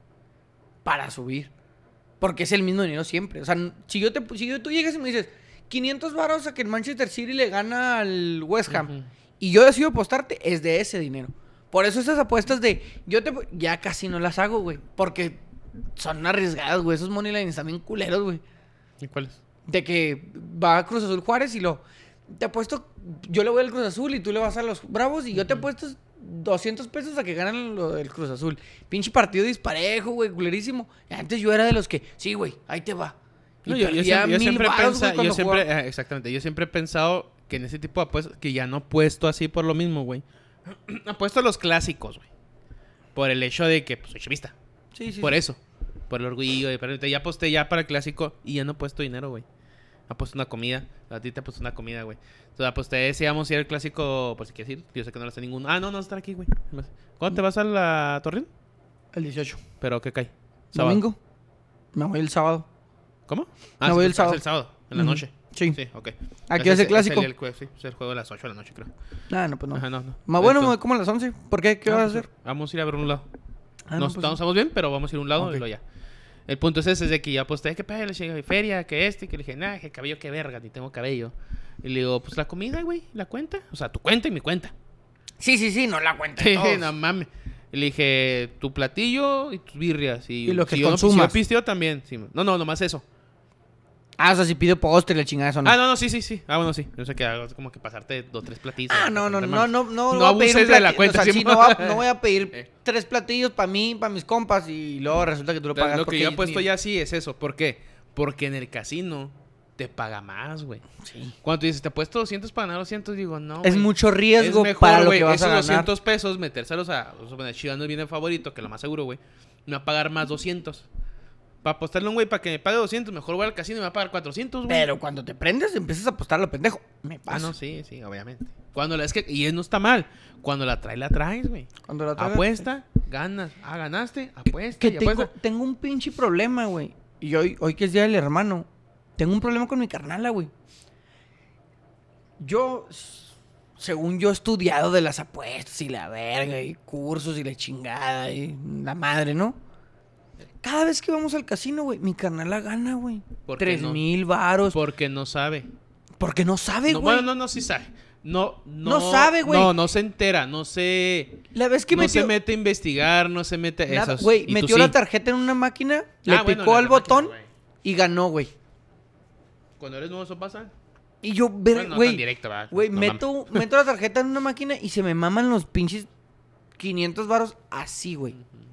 Para subir. Porque es el mismo dinero siempre. O sea, si yo te, si yo, tú llegas y me dices, quinientos varos a que el Manchester City le gana al West Ham. Uh-huh. Y yo decido apostarte, es de ese dinero. Por eso esas apuestas de... yo te Ya casi no las hago, güey. Porque... son arriesgadas, güey. Esos money lines están bien culeros, güey. ¿Y cuáles? De que va a Cruz Azul Juárez y lo... te apuesto... yo le voy al Cruz Azul y tú le vas a los Bravos y uh-huh. yo te apuesto doscientos pesos a que ganan lo del Cruz Azul. Pinche partido disparejo, güey, culerísimo. Y antes yo era de los que... sí, güey, ahí te va. Y no, yo, yo siempre, yo siempre, varos, pensa, güey, yo siempre eh, exactamente. Yo siempre he pensado que en ese tipo de apuestas... que ya no apuesto así por lo mismo, güey. Apuesto a los clásicos, güey. Por el hecho de que... pues soy chivista. Sí, sí. Por sí. eso. Por el orgullo. De, ya aposté ya para el clásico y ya no he puesto dinero, güey. Apuesto una comida. A ti te apuesto una comida, güey. Entonces aposté si vamos a ir al clásico, por si quieres ir. Yo sé que no lo hace ninguno. Ah, no, no, estar aquí, güey. ¿Cuándo te vas a la Torreón? El dieciocho. ¿Pero qué cae? ¿Sábado? Domingo. Me voy el sábado. ¿Cómo? Ah, me voy sí, el sábado. el sábado, en la noche. Sí. Sí, ok. ¿Aquí es el clásico? Es el, el, sí, es el juego de las ocho de la noche, creo. Ah, no, pues no. Ajá, no, no. Más bueno, me voy como a las once. ¿Por qué? ¿Qué ah, vas pues, a hacer? Vamos a ir a ver un lado. Ah, no, no, pues, estamos bien, pero vamos a ir a un lado okay. y luego ya. El punto es ese, es de que ya aposté, ¿qué pedo? Le dije, feria, que este, que le dije, nah, que cabello, que verga, ni tengo cabello. Y le digo, pues la comida, güey, la cuenta. O sea, tu cuenta y mi cuenta. Sí, sí, sí, no la cuenta. Sí, no mames. Y le dije, tu platillo y tus birrias. Y, y lo que si consumas. Yo, si yo pisteo también. Sí. No, no, nomás eso. Ah, o sea, si pido postre, la chingada, eso no. Ah, no, no, sí, sí, sí. Ah, bueno, sí. No sé qué hago, es como que pasarte dos, tres platillos. Ah, no, no, no, no, no, no. No abuses de la cuenta. O sea, sí, no, va, no voy a pedir eh. tres platillos para mí, para mis compas y luego resulta que tú lo pagas. Lo que yo he puesto ni... ya sí es eso. ¿Por qué? Porque en el casino te paga más, güey. Sí. Cuando tú dices, te he puesto doscientos para ganar doscientos, digo, no, es wey. mucho riesgo es mejor, para lo wey, que vas a ganar. Esos doscientos pesos, metérselos a... o sea, Chivas no viene favorito, que lo más seguro, güey. Me va a pagar más doscientos. Para apostarle a un güey para que me pague doscientos, mejor voy al casino y me va a pagar cuatrocientos, güey. Pero cuando te prendes, empiezas a apostar a lo pendejo. Me pasa. Ah, no, sí, sí, obviamente. Cuando la es que... y no está mal. Cuando la traes, la traes, güey. Cuando la traes... apuesta, ganas. Ah, ganaste, apuesta que y tengo, apuesta. tengo un pinche problema, güey. Y hoy, hoy que es día del hermano, tengo un problema con mi carnala, güey. Yo, según yo he estudiado de las apuestas y la verga y cursos y la chingada y la madre, ¿no? Cada vez que vamos al casino, güey, mi carnala gana, güey. Tres no? mil varos. Porque no sabe. Porque no sabe, güey. No, bueno, no, no, sí sabe. No, no, no sabe, güey. No, no se entera, no se... La vez que no metió... se mete a investigar, no se mete... Nada, esos. güey, metió sí. la tarjeta en una máquina, ah, le bueno, picó la, al la botón máquina, y ganó, güey. Cuando eres nuevo eso pasa. Y yo, ver, bueno, güey, no güey, no meto, meto la tarjeta en una máquina y se me maman los pinches quinientos varos así, güey.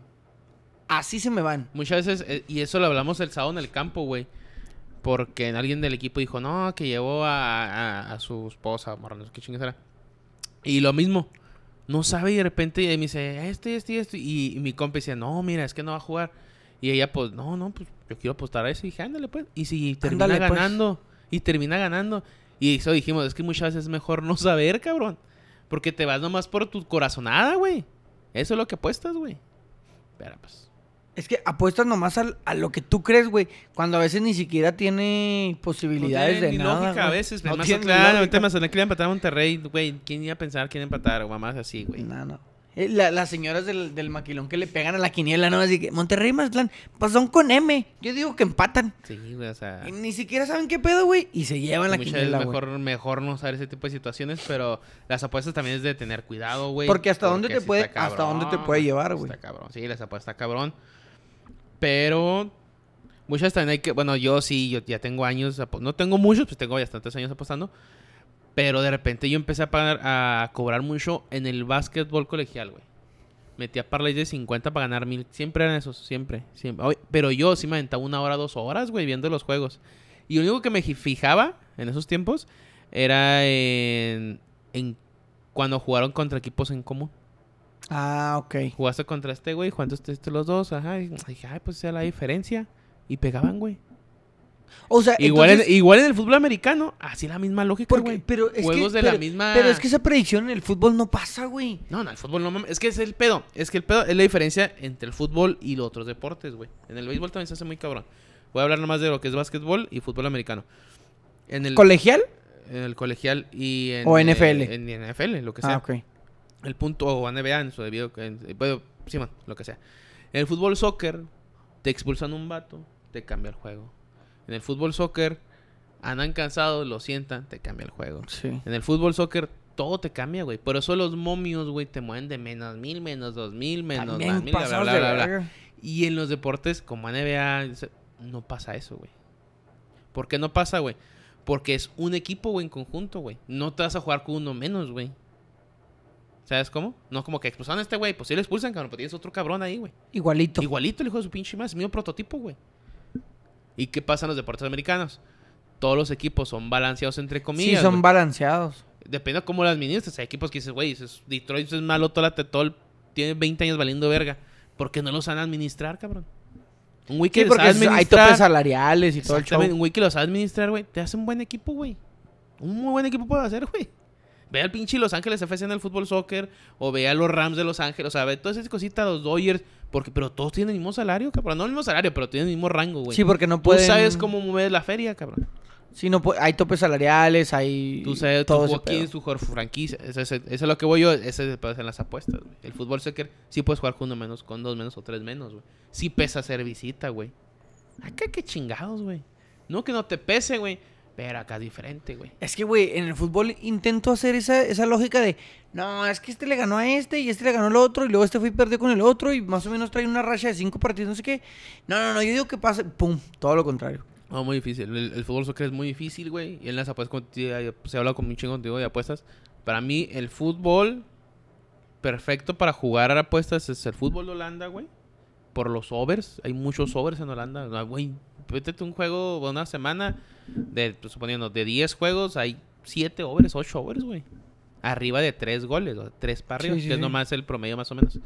Así se me van. Muchas veces, eh, y eso lo hablamos el sábado en el campo, güey. Porque alguien del equipo dijo, no, que llevó a, a, a su esposa, morrando, qué chingas era. Y lo mismo, no sabe y de repente me dice, esto y esto y esto. Y, y mi compa decía, no, mira, es que no va a jugar. Y ella, pues, no, no, pues yo quiero apostar a eso. Y dije, ándale, pues. Y si termina ándale, ganando, pues. y termina ganando. Y eso dijimos, es que muchas veces es mejor no saber, cabrón. Porque te vas nomás por tu corazonada, güey. Eso es lo que apuestas, güey. Pero, pues. Es que apuestas nomás a, a lo que tú crees, güey. Cuando a veces ni siquiera tiene posibilidades no tiene de ni nada. lógica güey. a veces. No más tiene claro, lógica. Más le empatar a Monterrey, güey. ¿Quién iba a pensar quién empatar o mamás así, güey? No, no. Eh, la, las señoras del, del maquilón que le pegan a la quiniela, ¿no? Así que Monterrey Mazatlán, pues son con M. Yo digo que empatan. Sí, güey, o sea... Y ni siquiera saben qué pedo, güey. Y se llevan la quiniela, güey. Mejor, mejor no saber ese tipo de situaciones, pero las apuestas también es de tener cuidado, güey. Porque hasta porque dónde te puede, cabrón, hasta dónde te puede llevar, güey. Está cabrón, sí, las apuestas está cabrón. Pero muchas también hay que... Bueno, yo sí, yo ya tengo años... No tengo muchos, pues tengo bastantes años apostando. Pero de repente yo empecé a pagar, a cobrar mucho en el básquetbol colegial, güey. Metía parlays de cincuenta para ganar mil. Siempre eran esos, siempre. siempre. Pero yo sí me aventaba una hora, dos horas, güey, viendo los juegos. Y lo único que me fijaba en esos tiempos era en, en cuando jugaron contra equipos en común. Ah, ok. Jugaste contra este güey, jugaste este los dos, ajá. Y dije, ay, pues esa es la diferencia. Y pegaban, güey. O sea, igual, entonces, en, igual en el fútbol americano, así la misma lógica, porque, güey. pero es Juegos que, de pero, la misma... Pero es que esa predicción en el fútbol no pasa, güey. No, no, el fútbol no mames. Es que es el pedo. Es que el pedo es la diferencia entre el fútbol y los otros deportes, güey. En el béisbol también se hace muy cabrón. Voy a hablar nomás de lo que es básquetbol y fútbol americano. En el ¿Colegial? En el colegial y en... ¿O N F L? Eh, en, en N F L, lo que sea. Ah, ok. El punto, o N B A en su debido... En, bueno, sí, man, lo que sea. En el fútbol soccer, te expulsan un vato, te cambia el juego. En el fútbol soccer, andan cansados, lo sientan, te cambia el juego. Sí. En el fútbol soccer, todo te cambia, güey. Por eso los momios, güey, te mueven de menos mil, menos dos mil, menos También más mil, bla, bla, pasados bla, de bla, bla. verga. Y en los deportes, como N B A, no pasa eso, güey. ¿Por qué no pasa, güey? Porque es un equipo, güey, en conjunto, güey. No te vas a jugar con uno menos, güey. ¿Sabes cómo? No como que expulsan a este güey. Pues sí le expulsan, cabrón, pero tienes otro cabrón ahí, güey. Igualito. Igualito el hijo de su pinche más. Es el mismo prototipo, güey. ¿Y qué pasa en los deportes americanos? Todos los equipos son balanceados entre comillas. Sí, son güey. balanceados. Depende de cómo lo administras. Hay equipos que dices, güey, es, Detroit es malo, toda la tetol, tiene veinte años valiendo verga. ¿Por qué no lo saben administrar, cabrón? Un güey que Sí, lo porque sabe es- hay administrar. topes salariales y todo el show. Exactamente, un güey que lo sabe administrar, güey, te hace un buen equipo, güey. Un muy buen equipo puede hacer, güey. Ve al pinche Los Ángeles F C en el fútbol soccer, o ve a los Rams de Los Ángeles, o sea, ve todas esas cositas, los Dodgers, porque, pero todos tienen el mismo salario, cabrón. No el mismo salario, pero tienen el mismo rango, güey. Sí, porque no Tú pueden... sabes cómo mover la feria, cabrón. Sí, no pu- hay topes salariales, hay... Tú sabes, todo tú ese aquí pedo. en su jugador franquicia. Eso, eso, eso es lo que voy yo, eso se puede hacer en las apuestas, güey. El fútbol soccer sí puedes jugar con uno menos, con dos menos o tres menos, güey. Sí pesa hacer visita, güey. Acá qué chingados, güey. No que no te pese, güey. Pero acá es diferente, güey. Es que, güey, en el fútbol intento hacer esa, esa lógica de... No, es que este le ganó a este y este le ganó al otro y luego este fue y perdió con el otro y más o menos trae una racha de cinco partidos, no sé qué. No, no, no, yo digo que pase... Pum, todo lo contrario. No, muy difícil. El, el fútbol soccer es muy difícil, güey. Y en las apuestas, como te- se ha hablado con un chingo contigo de apuestas. Para mí, el fútbol perfecto para jugar a apuestas es el fútbol de Holanda, güey. Por los overs. Hay muchos overs en Holanda. No, güey, métete un juego de una semana, de, pues, suponiendo, de diez juegos, hay siete overs, ocho overs, güey. Arriba de tres goles, o tres para arriba, Sí, sí, que es sí. nomás el promedio más o menos.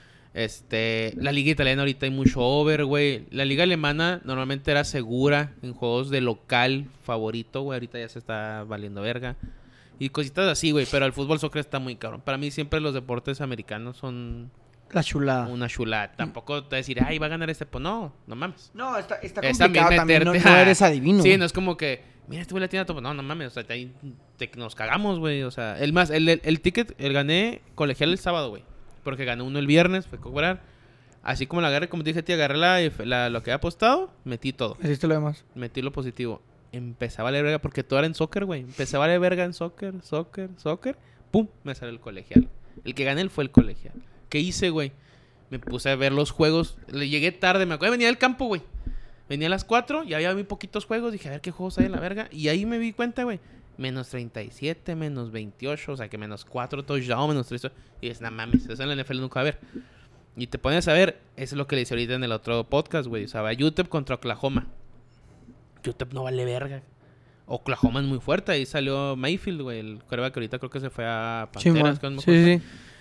Este, la liga italiana ahorita hay mucho over, güey. La liga alemana normalmente era segura en juegos de local favorito, güey. Ahorita ya se está valiendo verga. Y cositas así, güey. Pero el fútbol soccer está muy cabrón. Para mí siempre los deportes americanos son La chulada. una chulada. Tampoco te voy a decir, ay, va a ganar este. Pues no, no mames. No, está, está Es complicado también, no, meterte no a- eres adivino. Sí, güey. no es como que, mira, este güey la tiene todo. No, no mames, o sea, te, te- nos cagamos, güey. O sea, el más, el, el, el ticket, el gané colegial el sábado, güey. Porque gané uno el viernes, fue a cobrar. Así como la agarré, como te dije, tío, agarré la, la- lo que había apostado, metí todo. Hiciste lo demás. Metí lo positivo. Empezaba a valer verga porque todo era en soccer, güey. Empezaba a valer verga en soccer, soccer, soccer. ¡Pum! Me salió el colegial. El que gané fue el colegial. ¿Qué hice, güey? Me puse a ver los juegos. Le llegué tarde, me acuerdo. Venía del campo, güey. Venía a las cuatro y había muy poquitos juegos. Dije, a ver qué juegos hay en la verga. Y ahí me di cuenta, güey. Menos treinta y siete, menos veintiocho. O sea, que menos cuatro touchdowns, menos tres. Y dices, no mames, eso en la N F L nunca va a ver. Y te pones a ver, eso es lo que le hice ahorita en el otro podcast, güey. O sea, va U T E P contra Oklahoma. U T E P no vale verga. Oklahoma es muy fuerte. Ahí salió Mayfield, güey. El quarterback que ahorita creo que se fue a Panteras. Sí, que no me sí, acuerdo. sí,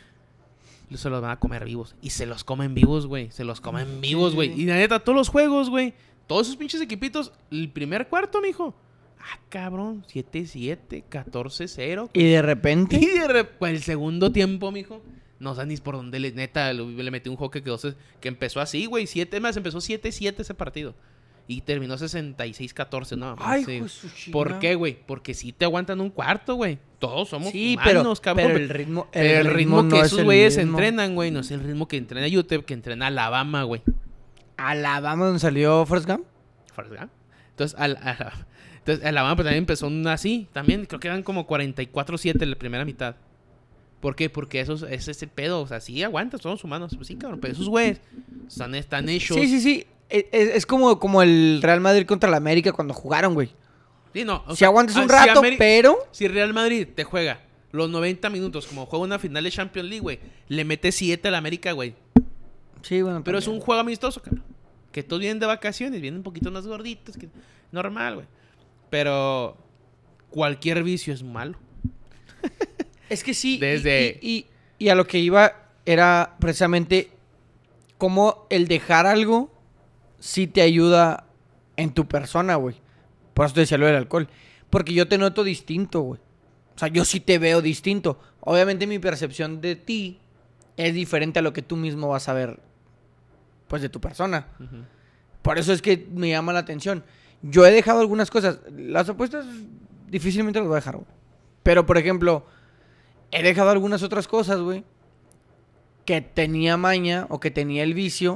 sí. Se los van a comer vivos. Y se los comen vivos, güey. Se los comen vivos, Sí, güey. sí. Y la neta, todos los juegos, güey. Todos esos pinches equipitos. El primer cuarto, mijo. Ah, cabrón. siete siete, catorce cero. Y de repente... Y de rep- pues, el segundo tiempo, mijo. No sé ni por dónde le... Neta, le, le metí un juego que, quedó, que empezó así, güey. siete más. Empezó siete siete ese partido. Y terminó sesenta y seis catorce. No, Ay, sí. hijo de su chinga. ¿Por qué, güey? Porque sí te aguantan un cuarto, güey. Todos somos Sí, humanos, pero, cabrón. pero el ritmo... Pero el ritmo, no que es esos el güeyes mismo. entrenan, güey, no es el ritmo que entrena U T E P, que entrena Alabama, güey. Alabama, donde salió Forrest Gump. Forrest Gump. Entonces, al, a- entonces Alabama pues, también empezó un así. También creo que eran como cuarenta y cuatro siete en la primera mitad. ¿Por qué? Porque esos, ese es el pedo. O sea, sí aguantas, somos humanos. Pues sí, cabrón. Pero esos güeyes están, están hechos. Sí, sí, sí. Es, es- es como, como el Real Madrid contra el América cuando jugaron, güey. Sí, no. o Si sea, aguantas un ah, si rato, Ameri- pero... Si Real Madrid te juega los noventa minutos como juega una final de Champions League, güey, le mete siete al América, güey. Sí, bueno, Pero es también. un juego amistoso, cabrón. Que todos vienen de vacaciones, vienen un poquito más gorditos. Que... Normal, güey. Pero cualquier vicio es malo. Es que sí. Desde... Y, y, y, y a lo que iba era precisamente cómo el dejar algo sí te ayuda en tu persona, güey. Por eso te decía lo del alcohol. Porque yo te noto distinto, güey. O sea, yo sí te veo distinto. Obviamente mi percepción de ti es diferente a lo que tú mismo vas a ver, pues, de tu persona. Uh-huh. Por eso es que me llama la atención. Yo he dejado algunas cosas. Las apuestas difícilmente las voy a dejar, güey. Pero, por ejemplo, he dejado algunas otras cosas, güey, que tenía maña o que tenía el vicio.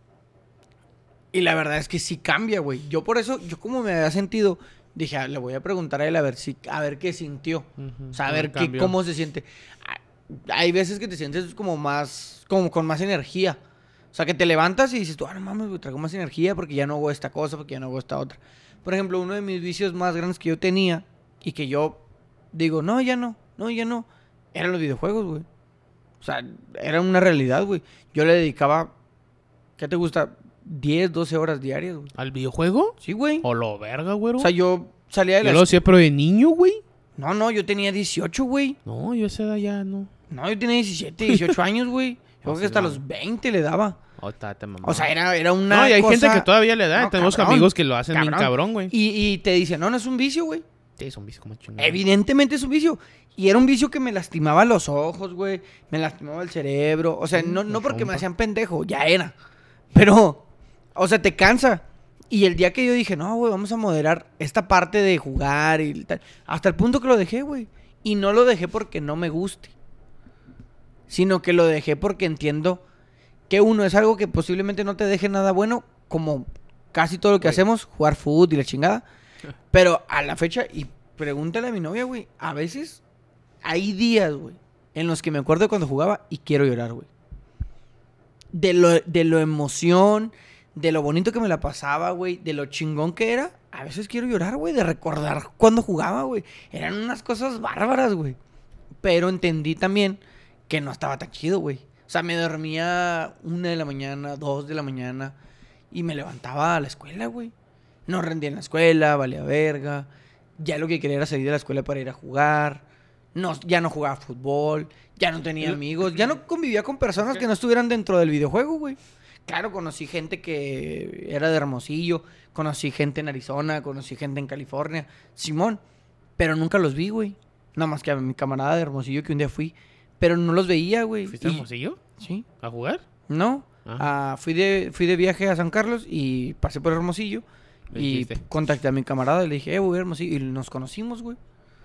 Y la verdad es que sí cambia, güey. Yo por eso, yo como me había sentido, dije, ah, le voy a preguntar a él a ver si, a ver qué sintió. Uh-huh. O sea, a ver qué, cómo se siente. Hay veces que te sientes como más, como con más energía. O sea, que te levantas y dices tú, ah, no mames, güey, traigo más energía porque ya no hago esta cosa, porque ya no hago esta otra. Por ejemplo, uno de mis vicios más grandes que yo tenía y que yo digo, no, ya no, no, ya no, eran los videojuegos, güey. O sea, era una realidad, güey. Yo le dedicaba, ¿qué te gusta? diez, doce horas diarias, güey. ¿Al videojuego? Sí, güey. ¿O lo verga, güey? O sea, yo salía de la... Yo lo hacía, pero de niño, güey. No, no, yo tenía dieciocho, güey. No, yo a esa edad ya no. No, yo tenía diecisiete, dieciocho años, güey. Yo no, creo que hasta los veinte le daba. Oh, tate, mamá. O sea, era, era una No, y hay cosa... gente que todavía le da. No, tenemos cabrón, amigos que lo hacen cabrón. bien cabrón, güey. Y, y te dicen, no, no es un vicio, güey. Sí, es un vicio como chingón. Evidentemente es un vicio. Y era un vicio que me lastimaba los ojos, güey. Me lastimaba el cerebro. O sea, no, no porque me hacían pendejo, ya era. Pero, o sea, te cansa. Y el día que yo dije, no, güey, vamos a moderar esta parte de jugar y tal. Hasta el punto que lo dejé, güey. Y no lo dejé porque no me guste. Sino que lo dejé porque entiendo que uno es algo que posiblemente no te deje nada bueno. Como casi todo lo que güey. hacemos, jugar fútbol y la chingada. Pero a la fecha, y pregúntale a mi novia, güey, a veces hay días, güey, en los que me acuerdo de cuando jugaba y quiero llorar, güey. De lo, de lo emoción, de lo bonito que me la pasaba, güey, de lo chingón que era, a veces quiero llorar, güey, de recordar cuando jugaba, güey. Eran unas cosas bárbaras, güey. Pero entendí también que no estaba tan chido, güey. O sea, me dormía una de la mañana, dos de la mañana, y me levantaba a la escuela, güey. No rendía en la escuela, valía verga. Ya lo que quería era salir de la escuela para ir a jugar. No, ya no jugaba fútbol. Ya no tenía amigos. Ya no convivía con personas que no estuvieran dentro del videojuego, güey. Claro, conocí gente que era de Hermosillo. Conocí gente en Arizona. Conocí gente en California. Simón. Pero nunca los vi, güey. Nada más que a mi camarada de Hermosillo que un día fui. Pero no los veía, güey. ¿Fuiste a Hermosillo? Sí. ¿A jugar? No. Ah. Uh, fui, de, fui de viaje a San Carlos y pasé por Hermosillo. Y contacté a mi camarada y le dije, eh, güey, Hermosillo. Y nos conocimos, güey.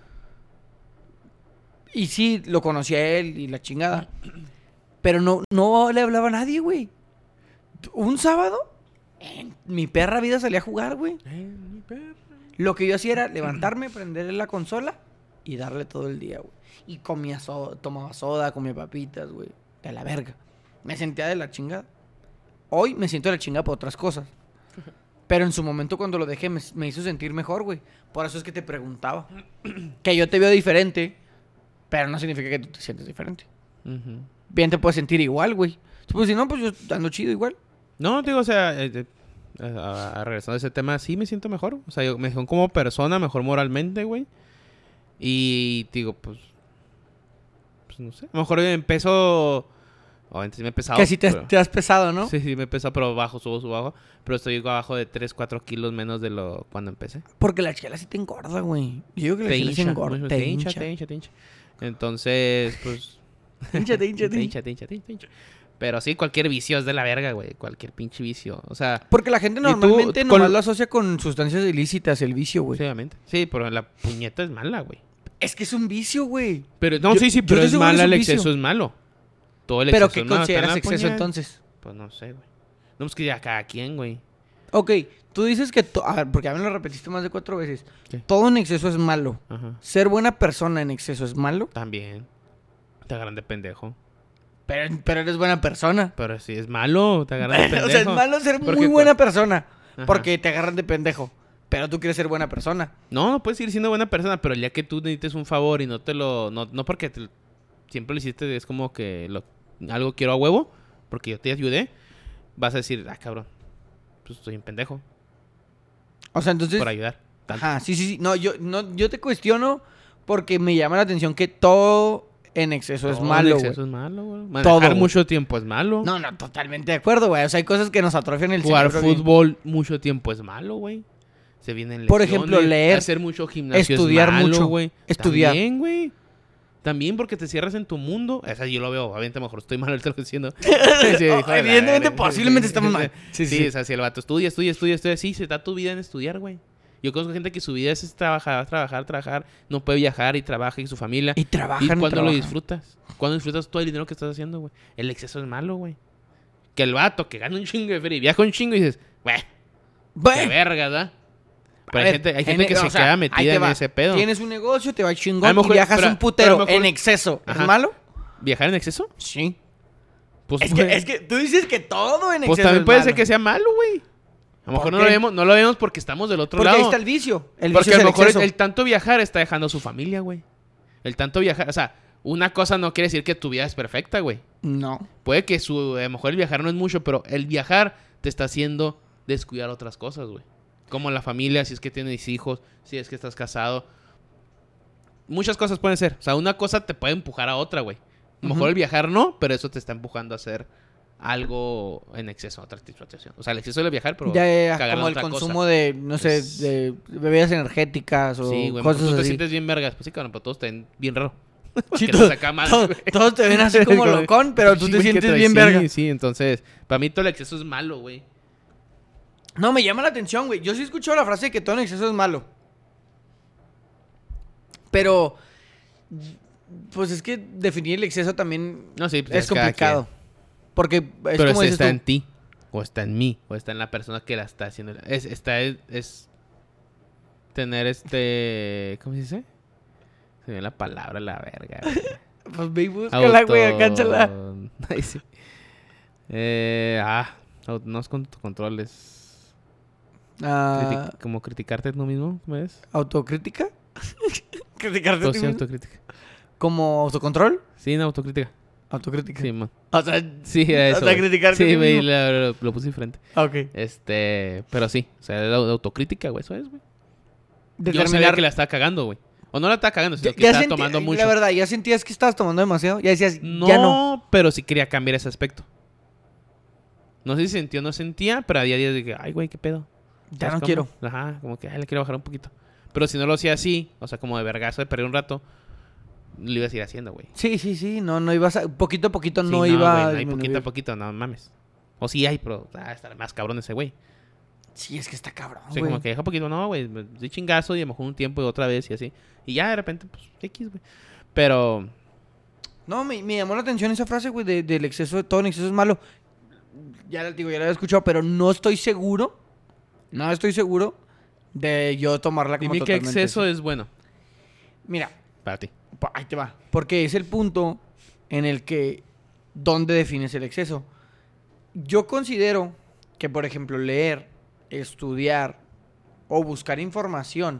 Y sí, lo conocí a él y la chingada. Pero no, no le hablaba a nadie, güey. Un sábado, en mi perra vida salí a jugar, güey. En mi perra. Lo que yo hacía era levantarme, prenderle la consola y darle todo el día, güey. Y comía soda, tomaba soda, comía papitas, güey. De la verga. Me sentía de la chingada. Hoy me siento de la chingada por otras cosas. Pero en su momento cuando lo dejé me, me hizo sentir mejor, güey. Por eso es que te preguntaba. Que yo te veo diferente, pero no significa que tú te sientes diferente. Uh-huh. Bien te puedes sentir igual, güey. Pues si no, pues yo ando chido igual. No, digo, o sea, eh, eh, a, a regresando a ese tema, sí me siento mejor. O sea, yo mejor como persona, mejor moralmente, güey. Y digo, pues, pues no sé. A lo mejor empezó... Obviamente sí me he pesado. Que sí te, pero... te has pesado, ¿no? Sí, sí me he pesado, pero bajo, subo, subo, bajo. Pero estoy abajo de tres, cuatro kilos menos de lo cuando empecé. Porque la chela sí te engorda, güey. Yo digo que la te chela hincha, sí engorda. Te, te hincha, te hincha, te hincha. Entonces, pues... te hincha, te hincha, te hincha, te hincha, te hincha, te hincha. Pero sí, cualquier vicio es de la verga, güey. Cualquier pinche vicio. O sea... Porque la gente normalmente tú, nomás con... lo asocia con sustancias ilícitas, el vicio, güey. Sí, obviamente. Sí, pero la puñeta es mala, güey. Es que es un vicio, güey. Pero, no, yo, sí, sí, pero es mala, el exceso es malo. Todo el ¿Pero exceso qué consideras exceso puñal. Entonces? Pues no sé, güey. No, es que ya cada quien, güey. Ok, tú dices que... To- a ver, porque a mí me lo repetiste más de cuatro veces. ¿Qué? Todo en exceso es malo. Ajá. Ser buena persona en exceso es malo. También. Te agarran de pendejo. Pero, pero eres buena persona. Pero sí es malo, te agarran de pendejo. O sea, es malo ser porque, muy buena persona. Ajá. Porque te agarran de pendejo. Pero tú quieres ser buena persona. No, no puedes seguir siendo buena persona, pero el día que tú necesites un favor y no te lo... No, no porque te, siempre lo hiciste, es como que lo, algo quiero a huevo, porque yo te ayudé, vas a decir, ah, cabrón, pues estoy un pendejo. O sea, entonces... Por ayudar. Tanto. Ajá, sí, sí, sí. No yo, no, yo te cuestiono porque me llama la atención que todo en exceso es Todo malo, en güey. exceso es malo, güey. Manejar Todo, güey. mucho tiempo es malo. No, no, totalmente de acuerdo, güey. O sea, hay cosas que nos atrofian el Jugar cerebro. bien. fútbol mucho tiempo es malo, güey. Se vienen lesiones. Por ejemplo, leer, hacer mucho gimnasio estudiar es malo, mucho, güey. estudiar. También, güey. También porque te cierras en tu mundo. O sea, yo lo veo. Obviamente, a lo mejor estoy mal ahorita lo estoy diciendo. Sí, Oh, hijo de la evidentemente, verga. posiblemente estamos mal. Sí, sí, o sea, si el vato estudia, estudia, estudia, estudia. Sí, se da tu vida en estudiar, güey. Yo conozco gente que su vida es trabajar, trabajar, trabajar. No puede viajar y trabaja y su familia. Y trabajan, ¿Y y cuándo lo trabajan. disfrutas? ¿Cuándo disfrutas todo el dinero que estás haciendo, güey? El exceso es malo, güey. Que el vato que gana un chingo de feria y viaja un chingo y dices, güey, qué Bueno, verga, ¿verdad? Pero a hay ver, gente, hay en- gente que o se sea, queda ahí metida te en va. ese pedo. Tienes un negocio, te va A lo chingón mejor- y viajas pero- un putero pero a lo mejor- en exceso. Ajá. ¿Es malo? ¿Viajar en exceso? Sí. Pues, Es güey, que, es que tú dices que todo en exceso pues también es puede malo. ser que sea malo, güey. A lo ¿Por mejor no qué? lo, vemos, no lo vemos porque estamos del otro Porque lado. ahí está el vicio. El Porque vicio a es lo el mejor el, exceso. el tanto viajar está dejando a su familia, güey. El tanto viajar, o sea, una cosa no quiere decir que tu vida es perfecta, güey. No. Puede que su, a lo mejor el viajar no es mucho, pero el viajar te está haciendo descuidar otras cosas, güey. Como la familia, si es que tienes hijos, si es que estás casado. Muchas cosas pueden ser. O sea, una cosa te puede empujar a otra, güey. A lo mejor Ujú. el viajar no, pero eso te está empujando a hacer algo en exceso, otra situación. O sea, el exceso de viajar, pero Ya, ya, ya, cagar en como el otra consumo cosa. de, no sé, Es- de bebidas energéticas o Sí, güey, cosas tú te así. sientes bien vergas. Pues sí, cabrón, pero todos te ven bien raro. Sí, Que todo- te saca mal, todo- güey. todos te ven así como locón, pero tú Sí, te güey, que sientes traes- bien sí, verga. Sí, entonces, para mí todo el exceso es malo, güey. No, me llama la atención, güey. Yo sí he escuchado la frase de que todo en exceso es malo. Pero, pues es que definir el exceso también No, sí, pues es cada complicado. Porque es Pero como este dices está tú. en ti, o está en mí, o está en la persona que la está haciendo. Es, está, es, es tener este... ¿Cómo se dice? Se me dio la palabra, la verga, güey. Pues ve y búscala, güey, alcánzala. Ay, sí. Eh, ah, au- no es con tu control, es... Ah, criti- como criticarte tú mismo, ¿cómo es? ¿Autocrítica? ¿Criticarte a ti Sí, mismo? autocrítica. ¿Como autocontrol? Sí, no, autocrítica. Autocrítica. Sí, man. O sea, Sí, era eso. O sea, güey. criticarte a Sí, ti güey, mismo. lo, lo- lo puse diferente. ok. Este, pero sí, o sea, la autocrítica, güey, eso es, güey. Yo sabía Determinar. que la estaba cagando, güey. O no la estaba cagando, sino Ya- que ya estaba sentí- tomando mucho. La verdad, ya sentías que estabas tomando demasiado. Ya decías, No, ya no. pero sí quería cambiar ese aspecto. No sé si sentía o no sentía, pero a día a día dije, ay, güey, qué pedo. Ya ¿Sabes no cómo? quiero. Ajá, como que, ay, le quiero bajar un poquito. Pero si no lo hacía así, o sea, como de vergazo de perder un rato, lo ibas a ir haciendo, güey. Sí, sí, sí. No, no ibas a... Poquito a poquito Sí, no, iba güey, a no hay disminuir. poquito a poquito, no mames. O sí hay, pero ah, estará más cabrón ese güey. Sí, es que está cabrón, O sea, güey. como que deja poquito, no, güey, me doy chingazo y a lo mejor un tiempo y otra vez y así. Y ya de repente, pues, X, güey. Pero, No, me, me llamó la atención esa frase, güey, de- del exceso de todo en exceso es malo. Ya la digo, ya la había escuchado, pero no estoy seguro. No estoy seguro de yo tomarla como dime qué totalmente exceso así. es bueno Mira, para ti. pa- ahí te va. Porque es el punto en el que... ¿Dónde defines el exceso? Yo considero que, por ejemplo, leer, estudiar o buscar información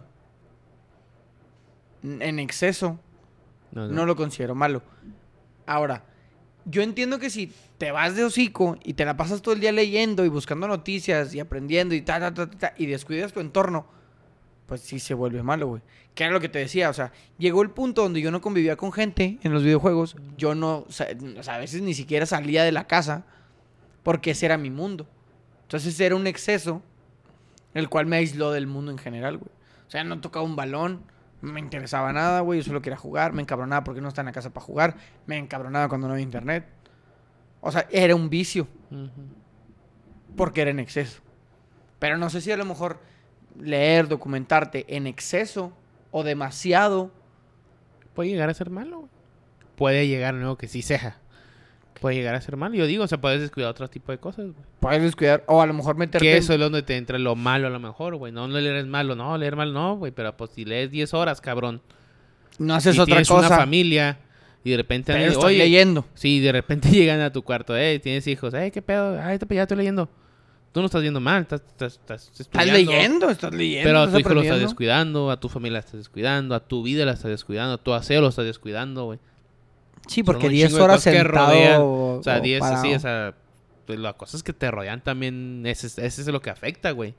en exceso No, no lo considero malo. Ahora, yo entiendo que si te vas de hocico y te la pasas todo el día leyendo y buscando noticias y aprendiendo y ta, ta, ta, ta, ta, y descuidas tu entorno, pues sí se vuelve malo, güey. Que era lo que te decía, o sea, llegó el punto donde yo no convivía con gente en los videojuegos. Yo no, o sea, o sea, a veces ni siquiera salía de la casa porque ese era mi mundo. Entonces era un exceso el cual me aisló del mundo en general, güey. O sea, no tocaba un balón, no me interesaba nada, güey. Yo solo quería jugar, me encabronaba porque no estaba en la casa para jugar, me encabronaba cuando no había internet. O sea, era un vicio Ujú. porque era en exceso. Pero no sé si a lo mejor leer, documentarte en exceso o demasiado. Puede llegar a ser malo, güey. Puede llegar, no, que sí sea. Puede llegar a ser malo. Yo digo, o sea, puedes descuidar otro tipo de cosas, güey. Puedes descuidar o a lo mejor meterte Que en- eso es donde te entra lo malo a lo mejor, güey. No, no leer es malo, no, leer mal no, güey. Pero pues si lees diez horas, cabrón. no haces y otra tienes cosa. una familia y de repente... Pero alguien- estás oye, leyendo. sí, de repente llegan a tu cuarto, eh, tienes hijos, eh, qué pedo, ay, ya estoy leyendo. Tú no estás viendo mal, estás, estás, estás Estás estudiando. leyendo, estás leyendo. Pero a estás tu hijo lo estás aprendiendo. descuidando, a tu familia la estás descuidando, a tu vida la estás descuidando, a tu aseo lo estás descuidando, güey. Sí, porque Son un diez chingo de horas cosas que sentado rodean. o, O sea, o diez parado. así, o sea, pues, las cosas que te rodean también, ese, es- ese es lo que afecta, güey.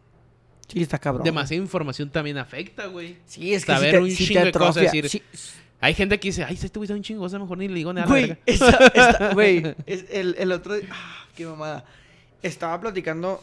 Sí, está cabrón. Demasiada información también afecta, güey. Sí, es que saber sí te, un sí te chingo de cosas, atrofia. decir, Sí, Hay gente que dice, ay, este güey está un chingoso, mejor ni le digo nada. Güey, esta- esta- güey, es el, el otro día... ah, qué mamada. Estaba platicando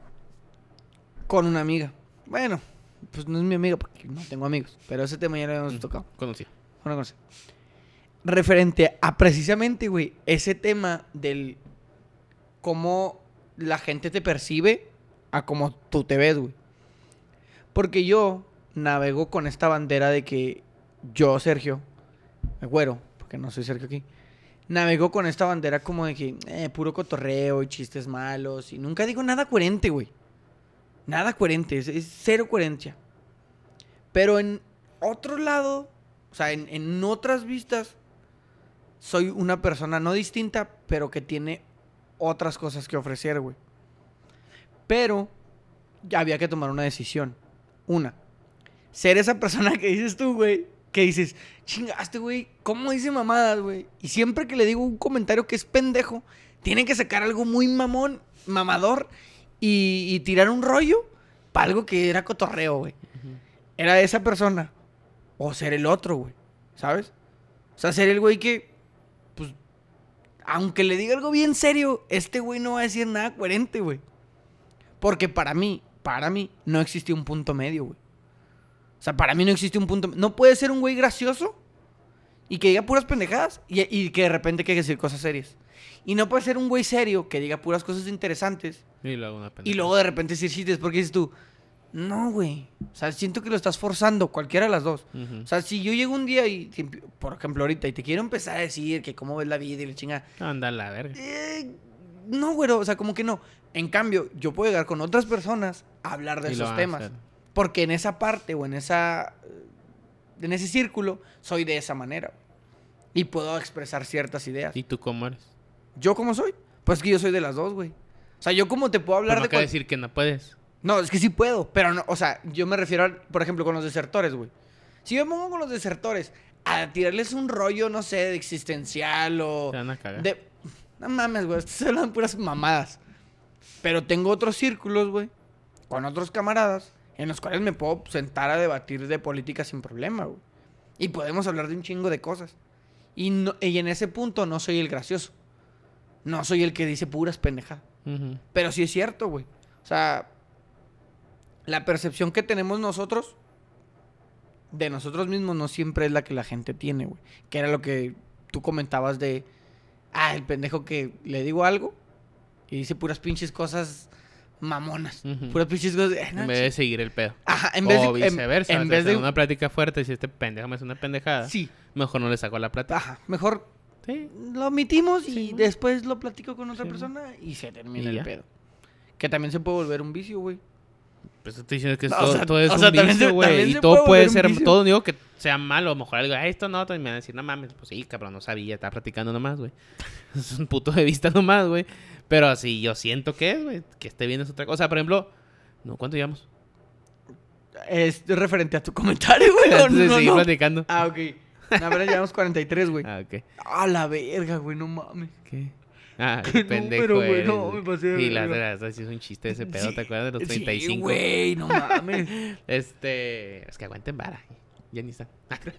con una amiga. Bueno, pues no es mi amiga porque no tengo amigos. Pero ese tema ya lo habíamos tocado. Conocí. Una cosa. Referente a precisamente, güey, ese tema del cómo la gente te percibe a cómo tú te ves, güey. Porque yo navego con esta bandera de que yo, Sergio, el güero, porque no soy Sergio aquí, navego con esta bandera como de que eh, puro cotorreo y chistes malos. Y nunca digo nada coherente, güey. Nada coherente, es, es cero coherencia. Pero en otro lado, o sea, en, en otras vistas, soy una persona no distinta, pero que tiene otras cosas que ofrecer, güey. Pero ya había que tomar una decisión. Una, ser esa persona que dices tú, güey, que dices, chingaste, güey, ¿cómo dice mamadas, güey? Y siempre que le digo un comentario que es pendejo, tienen que sacar algo muy mamón, mamador, y, y tirar un rollo para algo que era cotorreo, güey. Uh-huh. Era esa persona. O ser el otro, güey. ¿Sabes? O sea, ser el güey que, pues, aunque le diga algo bien serio, este güey no va a decir nada coherente, güey. Porque para mí, para mí, no existe un punto medio, güey. O sea, para mí no existe un punto... No puede ser un güey gracioso y que diga puras pendejadas y, y que de repente quiera decir cosas serias. Y no puede ser un güey serio que diga puras cosas interesantes y luego, una y luego de repente decir chistes porque dices tú... No, güey. O sea, siento que lo estás forzando, cualquiera de las dos. Uh-huh. O sea, si yo llego un día y, por ejemplo, ahorita, y te quiero empezar a decir que cómo ves la vida y la chinga... Anda la verga. Eh, no, güey, o sea, como que no. En cambio, yo puedo llegar con otras personas a hablar de y esos temas. Porque en esa parte o en esa... En ese círculo, soy de esa manera. Y puedo expresar ciertas ideas. ¿Y tú cómo eres? ¿Yo cómo soy? Pues que yo soy de las dos, güey. O sea, yo como te puedo hablar pero no de... Cual... decir que no puedes. No, es que sí puedo, pero no, o sea, yo me refiero, a, por ejemplo, con los desertores, güey. Si yo me pongo con los desertores a tirarles un rollo, no sé, de existencial o... Te van a cagar. De... No mames, güey, se hablan puras mamadas. Pero tengo otros círculos, güey, con otros camaradas, en los cuales me puedo sentar a debatir de política sin problema, güey. Y podemos hablar de un chingo de cosas. Y, no, y en ese punto no soy el gracioso. No soy el que dice puras pendejadas. Uh-huh. Pero sí es cierto, güey. O sea... La percepción que tenemos nosotros de nosotros mismos no siempre es la que la gente tiene, güey. Que era lo que tú comentabas de... Ah, el pendejo que le digo algo y dice puras pinches cosas mamonas. Uh-huh. Puras pinches cosas... Eh, no, en vez de seguir el pedo. Ajá, en vez o de... viceversa. En, en o sea, vez de... una plática fuerte, si este pendejo me hace una pendejada, sí. Mejor no le saco la plática. Ajá, mejor sí. Lo omitimos y sí, ¿no? después lo platico con otra sí, persona y se termina y el pedo. Que también se puede volver un vicio, güey. Pues estoy diciendo que no, todo, o sea, todo es o un sea, vicio, güey. Y todo puede ser, todo digo que sea malo. A lo mejor algo, ah, esto no, me van a decir, no mames. Pues sí, cabrón, no sabía, estaba practicando nomás, güey. Es un punto de vista nomás, güey. Pero así yo siento que es, güey, que esté bien es otra cosa. O sea, por ejemplo, no, ¿cuánto llevamos? Es referente a tu comentario, güey. Antes no, de no, seguir no. platicando. Ah, ok. No, pero llevamos cuarenta y tres, güey. Ah, ok. Ah, la verga, güey, no mames. ¿Qué? Ah, Qué el pendejo, número, güey, es, no, me pasé de y las verga. de las, es un chiste ese pedo, Sí, ¿te acuerdas de los treinta y cinco? Sí, güey, no mames. Este, es que aguanten vara. Ya ni está.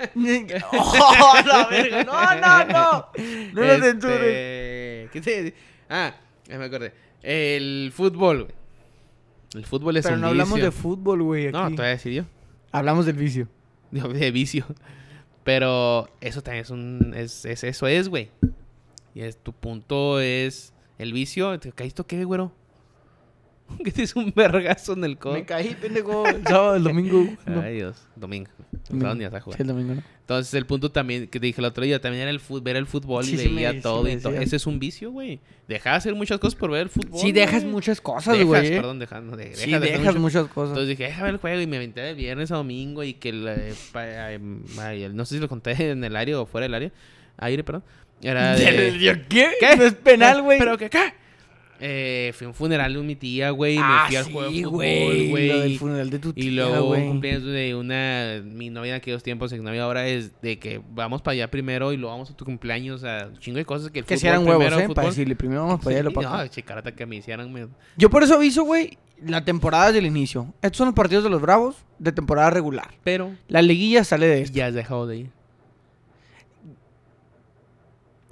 ¡Oh, la verga! ¡No, no, no! No lo este, censures. ¿Qué te decía? Ah, ya me acordé. El fútbol, güey. El fútbol es Pero un no vicio. hablamos de fútbol, güey, aquí. No, te voy a decir yo. Hablamos del vicio. Digo, de vicio. Pero eso también es un... Es, es, eso es, güey. Y es, tu punto es... El vicio. ¿Te caíste qué, güero? Que te hizo un vergazo en el codo. Me caí, pendejo, el sábado, el domingo. No. Ay, Dios. Domingo. Domingo. Sábado ni vas a jugar. Sí, el domingo, ¿no? Entonces, el punto también que te dije el otro día, también era el fut, ver el fútbol Sí, y sí veía me- sí todo me y todo. decías. Ese es un vicio, güey. Dejas de hacer muchas cosas por ver el fútbol. Sí, dejas güey. muchas cosas, Dejas, güey. ¿eh? perdón, dejas, no, de, Sí, dejas de hacer dejas mucho- muchas cosas. Entonces dije, déjame ver el juego y me aventé de viernes a domingo y que el, eh, pa- eh, ay, el- no sé si lo conté en el área o fuera del área. Aire, perdón. Era de... ¿Qué? ¿Qué? No es penal, güey. ¿Pero qué? ¿Qué? Eh, fui a un funeral de mi tía, güey, y ah, me fui al sí, juego de fútbol, güey. güey. Lo del funeral de tu tía, Y luego güey. un cumpleaños de una... Mi novia en aquellos tiempos, exnovia ahora, es de que vamos para allá primero y luego vamos a tu cumpleaños. O sea, un chingo de cosas que el Que fútbol si eran huevos, primero, ¿eh? fútbol. Para decirle, primero vamos para allá y lo Sí, para no, acá. chicarata que me hicieran. Me... Yo por eso aviso, güey, la temporada desde el inicio. Estos son los partidos de los Bravos de temporada regular. Pero La liguilla sale de esto. ya has dejado de ir.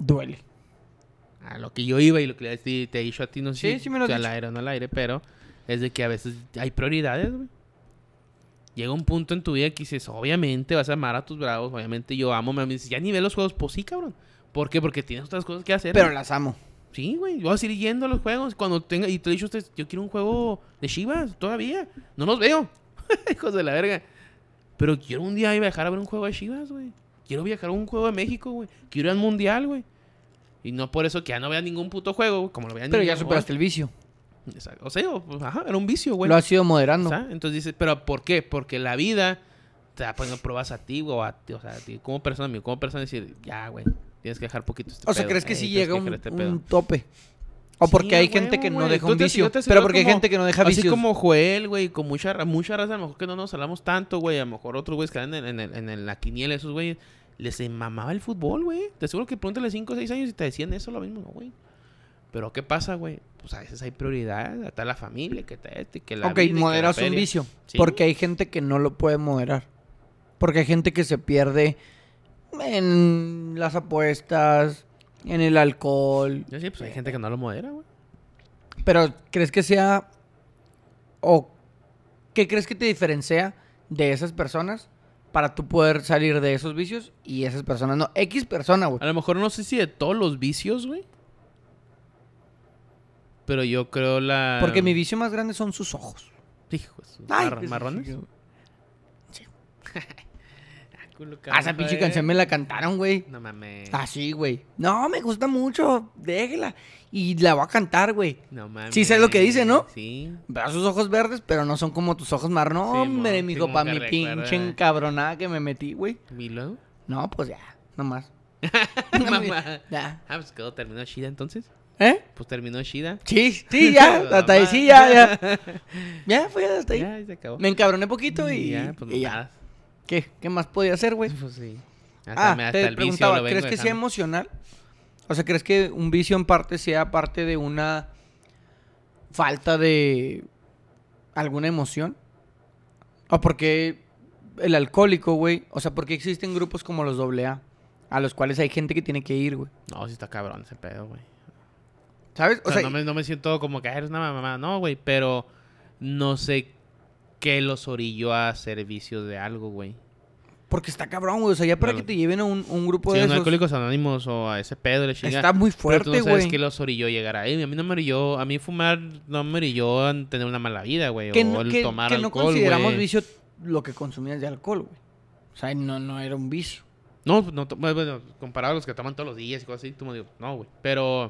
Duele. A lo que yo iba y lo que te he dicho a ti, no sé Sí, si sí me lo has sea al dicho. aire o no al aire, pero es de que a veces hay prioridades, güey. Llega un punto en tu vida que dices, obviamente vas a amar a tus bravos, obviamente yo amo, me dices, ya ni ve los juegos, pues sí, cabrón. ¿Por qué? Porque tienes otras cosas que hacer. Pero güey. las amo. Sí, güey, yo voy a seguir yendo a los juegos cuando tenga, y te he dicho a ustedes, yo quiero un juego de Chivas todavía, no los veo, hijos de la verga. Pero quiero un día viajar a ver un juego de Chivas, güey. Quiero viajar a un juego de México, güey. Quiero ir al Mundial, güey. Y no por eso que ya no vea ningún puto juego, güey, como lo vean. Pero ya superaste el vicio. O sea, o, pues, ajá, era un vicio, güey. Lo has ido moderando. ¿Sabes? Entonces dices, ¿pero por qué? Porque la vida te va poniendo pruebas a ti, güey, o a ti, o sea, a ti como persona, amigo, como persona decir, ya, güey, tienes que dejar poquito este O sea, pedo. ¿crees que Ey, sí tienes llega que un, dejar este pedo. un tope? O porque Sí, hay a gente huevo, que no güey. deja un Yo te- vicio. yo te Pero aseguro porque hay como- gente que no deja Así vicios. como Joel, güey, con mucha, ra- mucha raza, a lo mejor que no nos hablamos tanto, güey. A lo mejor otros güeyes que dan en, en, el- en el- la quiniela, esos güeyes, les mamaba el fútbol, güey. Te aseguro que pregúntale cinco o seis años y te decían eso lo mismo, ¿no, güey? Pero ¿qué pasa, güey? Pues a veces hay prioridad, está la familia, que te este, que la Ok, vida y que la moderas un feria. vicio. Sí, Porque güey. hay gente que no lo puede moderar. Porque hay gente que se pierde en las apuestas, en el alcohol. Yo sí, pues hay gente que no lo modera, güey. Pero ¿crees que sea... o qué crees que te diferencia de esas personas para tú poder salir de esos vicios y esas personas no? X persona, güey. A lo mejor no sé si de todos los vicios, güey. Pero yo creo la... Porque mi vicio más grande son sus ojos. Hijo de su- Ay, mar- pues, ¿Marrones? sí, Ah, culo, Ah, esa cabrón, pinche güey. canción me la cantaron, güey. No mames. Ah, sí, güey. No, me gusta mucho. Déjela. Y la voy a cantar, güey. No mames. Sí sabes lo que dice, ¿no? Sí. Veo sus ojos verdes, pero no son como tus ojos marrones. No, Sí, hombre, mo, mijo, sí, pa' mo, mi que pinche recuerda. encabronada que me metí, güey. ¿Y luego? No, pues ya, nomás. Mamá. Ya. Ah, pues quedó, terminó Shida entonces. ¿Eh? Pues terminó Shida. Sí, sí, ya. Hasta ahí, sí, ya, ya. Ya, fue hasta ahí. Ya, ahí se acabó. Me encabroné poquito y, ya, pues y ya. nada. ¿Qué? ¿Qué más podía hacer, güey? Pues sí. Hasta, Ah, me- hasta te el vicio preguntaba, lo vengo ¿crees que sea dejando. emocional? O sea, ¿crees que un vicio en parte sea parte de una falta de alguna emoción? ¿O porque el alcohólico, güey? O sea, porque existen grupos como los doble A, a los cuales hay gente que tiene que ir, güey. No, sí está cabrón ese pedo, güey. ¿Sabes? O sea, no, me, no me siento como que "Ah, eres una mamá". No, güey, pero no sé qué los orilló a hacer vicios de algo, güey. porque está cabrón, güey. O sea, ya para No, que te lleven a un, un grupo Si de son esos, alcohólicos anónimos o a ese pedo, le chinga. está muy Pero tú fuerte, no sabes güey. qué los orilló llegar ahí. A mí no me orilló, a mí fumar no me orilló a tener una mala vida, güey. que o no, el que, tomar que no alcohol, consideramos güey. vicio lo que consumías de alcohol, güey. O sea, no, no era un vicio. No, no, to- bueno, comparado a los que toman todos los días y cosas así, tú me digo, no, güey. Pero,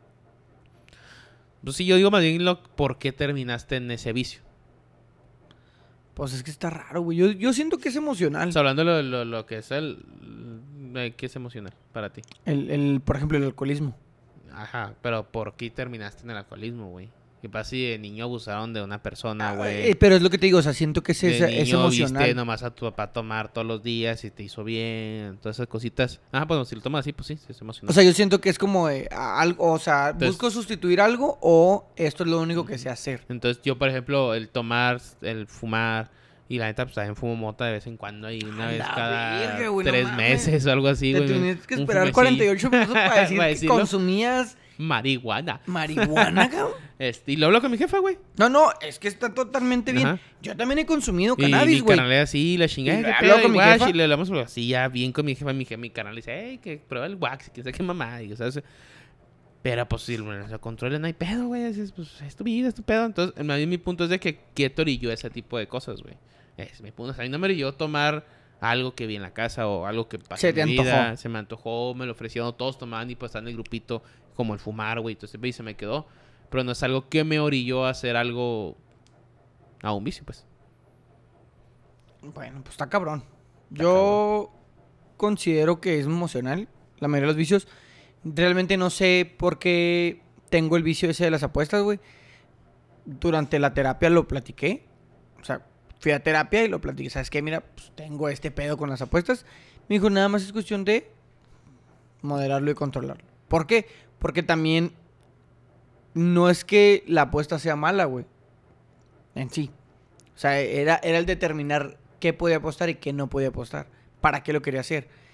pues sí, yo digo más bien lo, ¿por qué terminaste en ese vicio? Pues es que está raro, güey. Yo, yo siento que es emocional. O sea, hablando de lo, lo, lo que es el, eh, ¿qué es emocional para ti? El, el, por ejemplo, el alcoholismo. Ajá, pero ¿por qué terminaste en el alcoholismo, güey? ¿Qué pasa si de niño abusaron de una persona, Ah, güey? eh, pero es lo que te digo, o sea, siento que es, De esa- es niño viste emocional. nomás a tu papá tomar todos los días y te hizo bien, todas esas cositas. Ah, bueno, si lo tomas así, pues sí, sí es emocional. O sea, yo siento que es como eh, a- algo, o sea, Entonces- busco sustituir algo o esto es lo único que sé hacer. Entonces yo, por ejemplo, el tomar, el fumar, y la neta, pues también fumo mota de vez en cuando ahí, una A vez la cada verga, güey, no tres mames. meses o algo así, Te güey. tienes que un esperar fumecillo. cuarenta y ocho minutos para decir Para que decirlo. consumías Marihuana. marihuana, cabrón. Este, y lo hablo con mi jefa, güey. No, no, es que está totalmente bien. Ajá. Yo también he consumido Y cannabis, mi güey. canal es así, la chingada. Y ¿Qué lo pedo? hablo con Y mi guash, jefa. y le hablamos así ya bien con mi jefa. Mi, je- mi canal dice, hey, que prueba el wax, que sé qué mamá. Y, ¿sabes? Pero pues si lo lo controles no hay pedo, güey. Es, pues, es tu vida, es tu pedo. Entonces, a mí mi punto es de que qué te orilló ese tipo de cosas, güey. Es mi punto. O sea, a mí no me orilló tomar algo que vi en la casa o algo que pasó Se en te mi antojó. vida. Se me antojó, me lo ofrecieron, todos tomaban y pues están en el grupito como el fumar, güey. Entonces, y se me quedó. Pero no es algo que me orilló a hacer algo a un vicio, pues. Bueno, pues está cabrón. Yo considero que es emocional. La mayoría de los vicios. Realmente no sé por qué tengo el vicio ese de las apuestas, güey. Durante la terapia lo platiqué. O sea, fui a terapia y lo platiqué. ¿Sabes qué? Mira, pues tengo este pedo con las apuestas. Me dijo, nada más es cuestión de moderarlo y controlarlo. ¿Por qué? Porque también no es que la apuesta sea mala, güey. En sí. O sea, era, era el determinar qué podía apostar y qué no podía apostar. ¿Para qué lo quería hacer?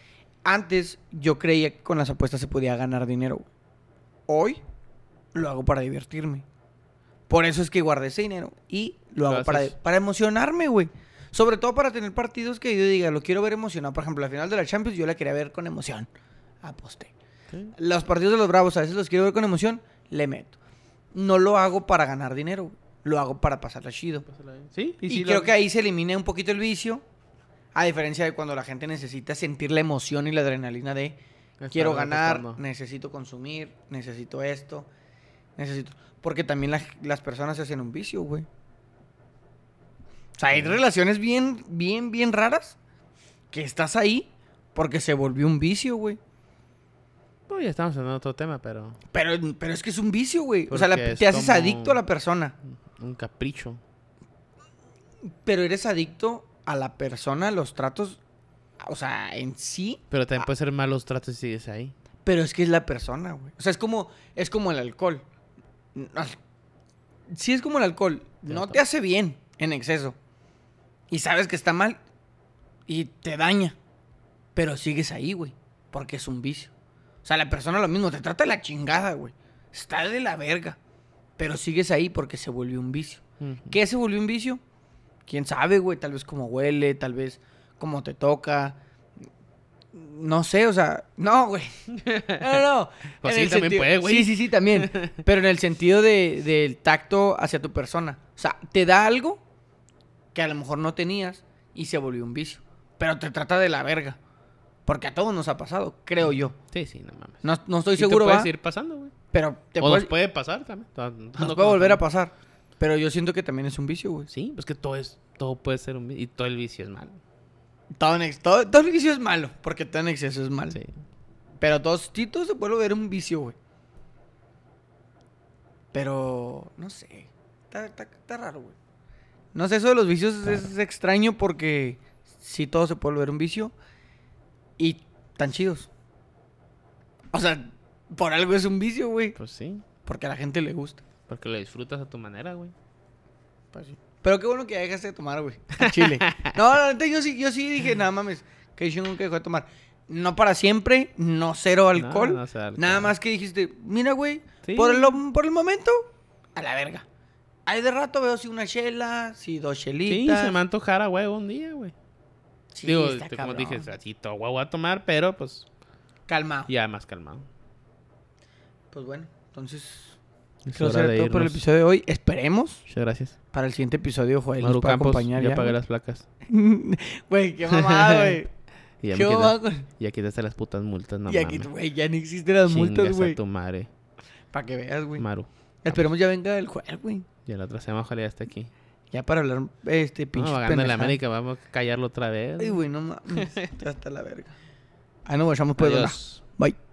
Antes yo creía que con las apuestas se podía ganar dinero, güey. Hoy lo hago para divertirme. Por eso es que guardé ese dinero y lo hago para, para emocionarme, güey. Sobre todo para tener partidos que yo diga, lo quiero ver emocionado. Por ejemplo, la final de la Champions yo la quería ver con emoción. Aposté. ¿Sí? Los partidos de los Bravos a veces los quiero ver con emoción, le meto. No lo hago para ganar dinero, güey. Lo hago para pasarla chido. ¿Sí? Y, y sí creo lo... que ahí se elimina un poquito el vicio. A diferencia de cuando la gente necesita sentir la emoción y la adrenalina de Estar quiero ganar, apostando. Necesito consumir, necesito esto, necesito... Porque también la, las personas se hacen un vicio, güey. O sea, hay relaciones bien, bien, bien raras que estás ahí porque se volvió un vicio, güey. Pues ya estamos en otro tema, pero... Pero, pero es que es un vicio, güey. O sea, la, te haces adicto a la persona. Un capricho. Pero eres adicto a la persona, a los tratos, o sea, en sí. Pero también a... puede ser malos tratos si sigues ahí. Pero es que es la persona, güey. O sea, es como, es como el alcohol. Sí es como el alcohol. No te hace bien en exceso. Y sabes que está mal. Y te daña. Pero sigues ahí, güey. Porque es un vicio. O sea, la persona lo mismo. Te trata de la chingada, güey. Está de la verga. Pero sigues ahí porque se volvió un vicio. Uh-huh. ¿Qué se volvió un vicio? Quién sabe, güey. Tal vez cómo huele. Tal vez cómo te toca. No sé, o sea... No, güey. No, no. Pues sí, también sentido, puede, güey. Sí, sí, sí, también. Pero en el sentido de, del tacto hacia tu persona. O sea, te da algo que a lo mejor no tenías y se volvió un vicio. Pero te trata de la verga. Porque a todos nos ha pasado, creo yo. Sí, sí, no mames. No, no estoy y seguro, te puedes ¿va? ir pasando, güey. Pero te o puedes... nos puede pasar también. Nos no puede volver a pasar. Pero yo siento que también es un vicio, güey. Sí, pues que todo es... Todo puede ser un vicio. Y todo el vicio es malo. Todo, en ex, todo, todo el vicio es malo, porque todo en exceso es malo. Sí. Pero todo, todo se puede ver un vicio, güey. Pero, no sé. Está, está, está raro, güey. No sé, eso de los vicios claro. es, es extraño porque sí todo se puede ver un vicio. Y tan chidos. O sea, por algo es un vicio, güey. Pues sí. Porque a la gente le gusta. Porque lo disfrutas a tu manera, güey. Pues sí. Pero qué bueno que ya dejaste de tomar, güey. En Chile. No, la neta, yo sí, yo sí dije, nada mames, que yo nunca dejé de tomar. No para siempre, no cero alcohol. No, no sea alcohol. Nada más que dijiste, mira, güey, sí. por, el, por el momento, a la verga. Ahí de rato veo si una chela, si dos chelitas. Sí, se me antojara, güey, un día, güey. Sí, digo, te, como dije, así todo guau a tomar, pero pues... Calmado. Ya más calmado. Pues bueno, entonces... Creo que todo por el episodio de hoy. Esperemos. Muchas gracias. Para el siguiente episodio, Joel Maru nos puede Campos, acompañar. Ya, ya pagué las placas. Güey, qué mamada, güey. Y qué mamada, güey. Y aquí te hacen las putas multas, no y aquí, güey, ya no existen las Chingas multas, güey. a tu madre. Para que veas, güey. Maru. Esperemos ya venga el Joel, güey. Y la otra semana ojalá ya esté aquí. Ya para hablar, este, pinche no, vagando en la América, vamos a callarlo otra vez. Ay, güey, no mames. Ya está la verga. Ah, no, vayamos pues. Adiós. Bye.